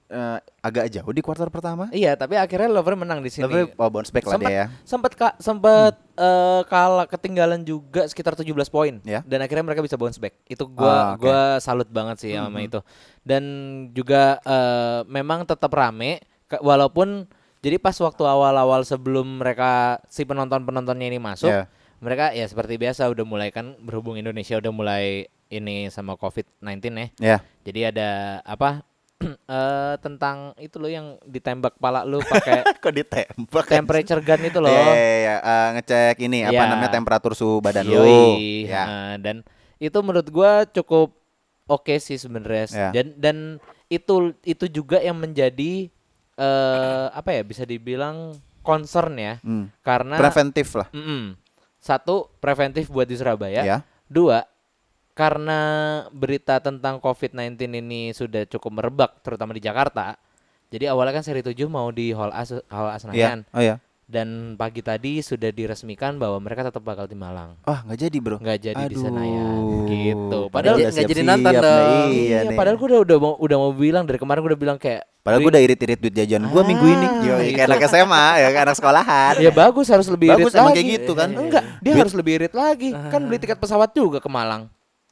agak jauh di kuarter pertama. Iya, tapi akhirnya Louvre menang di sini. Louvre bounce back lah dia ya. Sempat kalah ketinggalan juga sekitar 17 poin. Ya. Dan akhirnya mereka bisa bounce back. Itu gua salut banget sih sama itu. Dan juga memang tetap rame walaupun jadi pas waktu awal-awal sebelum mereka si penontonnya ini masuk, mereka ya seperti biasa udah mulai kan berhubung Indonesia udah mulai ini sama COVID-19 ya. Jadi ada apa? Tentang itu loh yang ditembak kepala lu pakai kok ditembak temperature gun itu loh. Ngecek ini apa namanya temperatur suhu badan lu. Dan itu menurut gua cukup oke sih sebenarnya. Dan itu juga yang menjadi apa ya bisa dibilang concern ya. Karena preventif lah. Satu, preventif buat di Surabaya. Dua, karena berita tentang COVID-19 ini sudah cukup merebak terutama di Jakarta. Jadi awalnya kan seri 7 mau di Hall A Senayan. Dan pagi tadi sudah diresmikan bahwa mereka tetap bakal di Malang. Nggak jadi bro. Nggak jadi di Senayan gitu. Padahal nggak jadi nonton dong. Iya, padahal gue udah mau bilang dari kemarin gue udah bilang kayak. Padahal gue udah irit-irit duit jajan gue minggu ini. Kayak anak SMA ya, kayak anak sekolahan. Ya bagus harus lebih irit lagi. Bagus kayak gitu kan. Enggak, dia harus lebih irit lagi. Kan beli tiket pesawat juga ke Malang.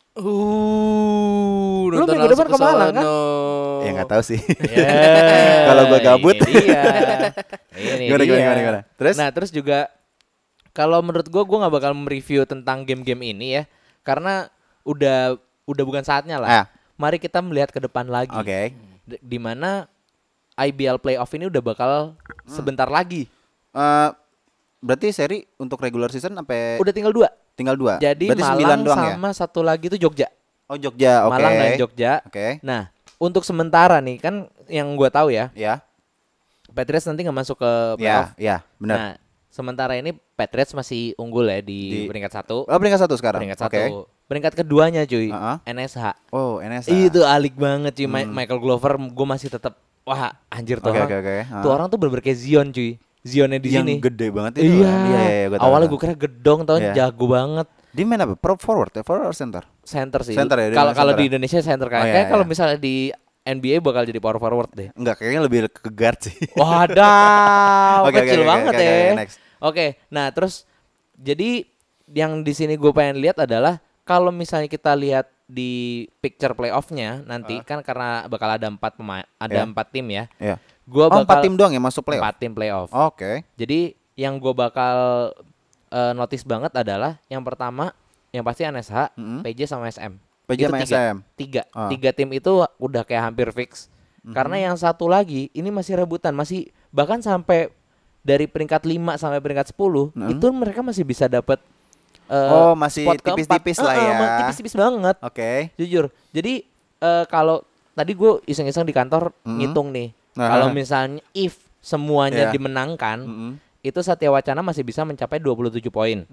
Lu minggu depan ke Malang kan? Ya nggak tahu sih. Kalau gue gabut. Ini gimana? Terus juga kalau menurut gue nggak bakal mereview tentang game-game ini ya, karena udah bukan saatnya lah. Mari kita melihat ke depan lagi. Di mana IBL playoff ini udah bakal sebentar lagi. Berarti seri untuk regular season sampai udah tinggal 2. Jadi berarti Malang doang sama satu lagi itu Jogja. Oh Jogja, oke. Malang dan Jogja. Nah, untuk sementara nih kan yang gua tahu ya. Patriots nanti nggak masuk ke playoff. Benar. Nah, sementara ini Patriots masih unggul ya di peringkat 1. Oh, peringkat 1 sekarang. Peringkat 1. Peringkat keduanya cuy, NSH. Oh, NSH. Itu alik banget cuy. Michael Glover gue masih tetap wah anjir tuh orang. Tuh orang tuh bener-bener kayak Zion cuy. Zionnya di sini. Yang gede banget itu. Iya. Awalnya gue kira gedong, tahun jago banget. Dia main apa? Pro forward ya? Forward or center? Center sih. Kalau di Indonesia center kayak kalau misalnya di NBA bakal jadi power forward deh. Enggak, kayaknya lebih ke guard sih. Wadah, kecil banget ya. Oke, nah terus jadi yang di sini gue pengen lihat adalah kalau misalnya kita lihat di picture playoff-nya nanti kan karena bakal ada 4 pemain, ada 4 tim ya. Gua bakal 4 tim doang yang masuk playoff. 4 tim playoff. Jadi yang gue bakal notice banget adalah yang pertama yang pasti NSH, PJ sama SM. PJ sama SM. Tiga tim itu udah kayak hampir fix. Karena yang satu lagi ini masih rebutan, masih bahkan sampai dari peringkat 5 sampai peringkat 10 itu mereka masih bisa dapat masih tipis-tipis lah ya. Tipis-tipis banget. Jujur. Jadi kalau tadi gue iseng-iseng di kantor ngitung nih. Kalau misalnya if semuanya dimenangkan, itu Satya Wacana masih bisa mencapai 27 poin.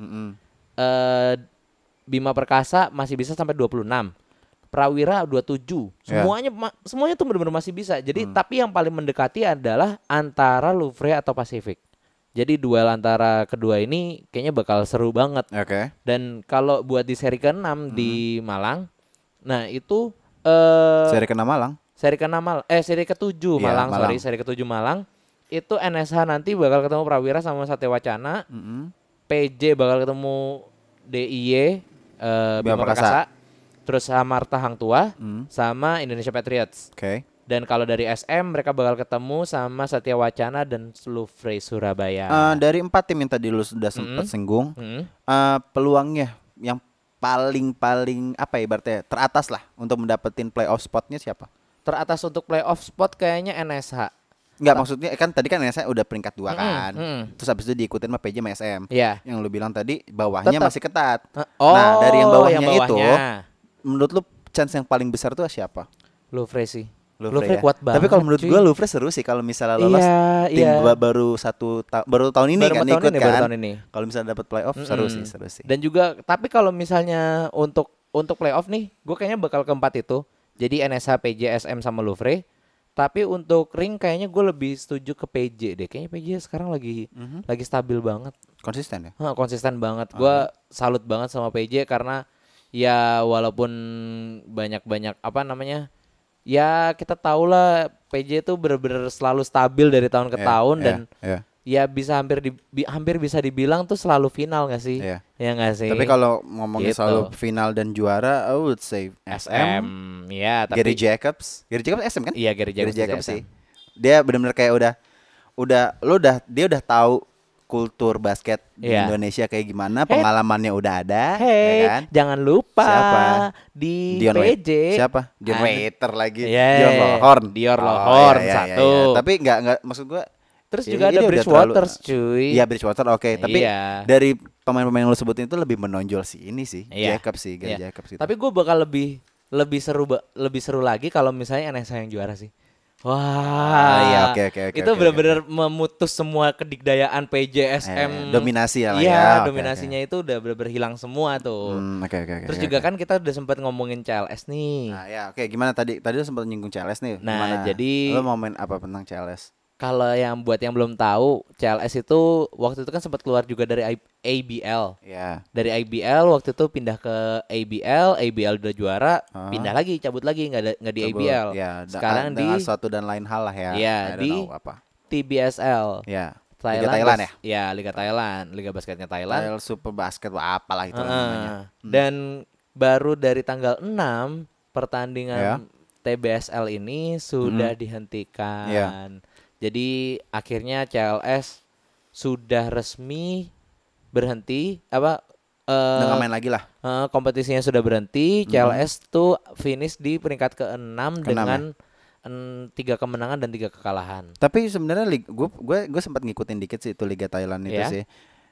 Bima Perkasa masih bisa sampai 26. Prawira 27. Semuanya tuh benar-benar masih bisa. Jadi tapi yang paling mendekati adalah antara Louvre atau Pacific. Jadi duel antara kedua ini kayaknya bakal seru banget. Dan kalau buat di seri ke-6 di Malang, nah itu seri ke-6 Malang. Seri ke-7 Malang, seri ke-7 Malang. Itu NSH nanti bakal ketemu Prawira sama Satya Wacana. PJ bakal ketemu DIY Bima Perkasa. Terus Samarta Hang Tua sama Indonesia Patriots. Dan kalau dari SM mereka bakal ketemu sama Satya Wacana dan Louvre Surabaya. Dari 4 tim yang tadi lu sudah sempat singgung, peluangnya yang paling apa ya ibaratnya teratas lah untuk mendapatkan playoff spotnya siapa? Teratas untuk playoff spot kayaknya NSH. Enggak, maksudnya kan tadi kan NSH udah peringkat 2 kan. Terus habis itu diikutin sama PJ sama SM. Yang lu bilang tadi bawahnya masih ketat. Nah, dari yang bawahnya itu menurut lu chance yang paling besar tuh siapa? Louvre sih. Louvre kuat banget. Tapi kalau menurut gue Louvre seru sih kalau misalnya lolos tim baru tahun ini kan ikut kan. Kalau misalnya dapat playoff seru sih. Dan juga tapi kalau misalnya untuk playoff nih, gue kayaknya bakal keempat itu. Jadi NSH, PJ, SM sama Louvre. Tapi untuk ring kayaknya gue lebih setuju ke PJ deh. Kayaknya PJ sekarang lagi stabil banget. Konsisten ya? Konsisten banget. Gue salut banget sama PJ karena ya walaupun banyak apa namanya, ya kita tahu lah PJ itu bener-bener selalu stabil dari tahun ke tahun dan ya bisa hampir bisa dibilang tuh selalu final nggak sih? Ya nggak sih? Tapi kalau ngomongin selalu final dan juara, I would say SM. Ya, tapi Gary Jacobs SM kan? Iya, Gary Jacobs sih. Dia benar-benar kayak dia udah tahu kultur basket di Indonesia kayak gimana, pengalamannya udah ada, ya kan? Jangan lupa siapa? Di Dion PJ. Siapa? Dion Waiter lagi. Dion Lohorn satu. Tapi enggak maksud gua. Terus juga ada Bridgewater, cuy. Iya, Bridgewater oke. Tapi dari pemain-pemain yang lu sebutin itu lebih menonjol sih ini sih. Jacobs sih, Gary Jacobs gitu. Tapi gue bakal lebih seru lagi kalau misalnya NSA yang juara sih. Wah, iya oke. Itu benar-benar memutus semua kedikdayaan PJSM. Dominasi ya. Iya, dominasinya itu udah benar-benar hilang semua tuh. Oke. Terus juga kan kita udah sempat ngomongin CLS nih. Nah, ya oke. Gimana tadi lu sempat nyinggung CLS nih. Nah, jadi lu mau main apa tentang CLS? Kalau buat yang belum tahu, CLS itu waktu itu kan sempat keluar juga dari ABL. Iya. Dari ABL waktu itu pindah ke ABL udah juara, pindah lagi, cabut lagi nggak di ABL. Ya, sekarang di suatu dan lain hal lah ya. Iya, di TBSL. Ya. Liga Thailand ya? Ya, Liga Thailand, Liga Basketnya Thailand. Thailand Super Basket apalah itu namanya. Dan baru dari tanggal 6 pertandingan TBSL ini sudah dihentikan. Jadi akhirnya CLS sudah resmi berhenti nggak main lagi lah. Kompetisinya sudah berhenti. CLS tuh finish di peringkat ke-6 dengan 3 kemenangan dan 3 kekalahan. Tapi sebenarnya gue sempat ngikutin dikit sih itu Liga Thailand itu sih.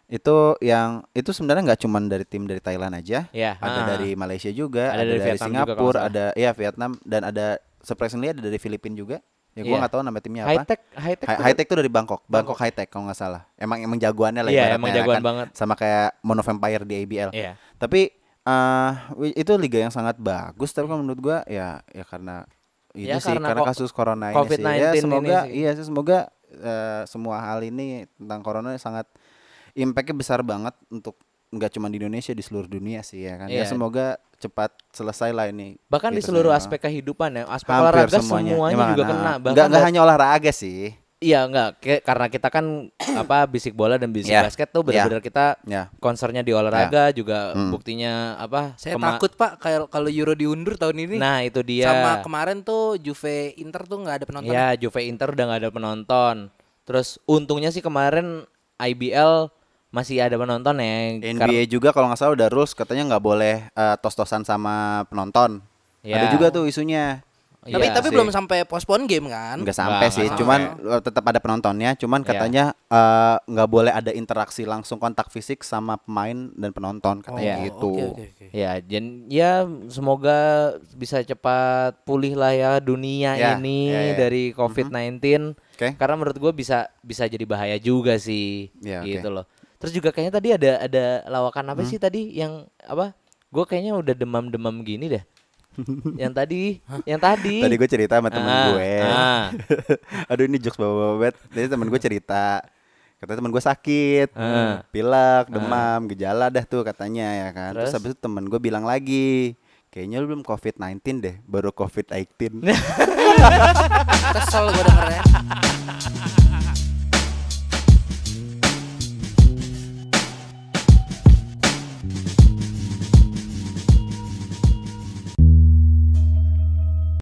Itu sebenarnya nggak cuma dari tim dari Thailand aja. Ada dari Malaysia juga, ada dari Singapura, ada Vietnam dan ada surprisingly ada dari Filipina juga. Ya gue nggak tahu nama timnya apa. High-Tech tuh dari Bangkok High-Tech kalau nggak salah. Emang jagoannya lah. Iya, emang jagoan banget. Sama kayak Mono Vampire di ABL. Tapi itu liga yang sangat bagus. Tapi kalau menurut gue ya karena ini sih karena kasus corona ini sih. Semoga semua hal ini tentang corona sangat impactnya besar banget untuk nggak cuma di Indonesia, di seluruh dunia sih ya kan. Ya semoga cepat selesai lah ini. Bahkan di seluruh aspek kehidupan ya, aspek olahraga semuanya juga kena. Nggak hanya olahraga sih. Iya karena kita kan bisik bola dan bisik basket tuh benar-benar kita concernnya di olahraga juga buktinya Saya takut Pak kalau Euro diundur tahun ini. Nah itu dia. Sama kemarin tuh Juve Inter tuh nggak ada penonton. Iya Juve Inter udah nggak ada penonton. Terus untungnya sih kemarin IBL masih ada penonton ya. NBA juga kalau nggak salah udah rules katanya nggak boleh tos-tosan sama penonton. Ada juga tuh isunya. Tapi belum sampai postpone game kan? Nggak sampai sih, cuman tetap ada penontonnya. Cuman katanya nggak boleh ada interaksi langsung kontak fisik sama pemain dan penonton katanya gitu. Okay. Ya semoga bisa cepat pulih lah ya dunia ini dari COVID-19. Karena menurut gue bisa jadi bahaya juga sih, gitu loh. Terus juga kayaknya tadi ada lawakan apa sih tadi yang gue kayaknya udah demam gini deh. yang tadi gue cerita sama temen gue. Aduh ini jokes bawa-bawa. Jadi temen gue cerita katanya temen gue sakit, pilek, demam, gejala dah tuh katanya ya kan. Terus habis itu temen gue bilang lagi, kayaknya lu belum COVID-19 deh, baru COVID-18. Kesel gue dengernya.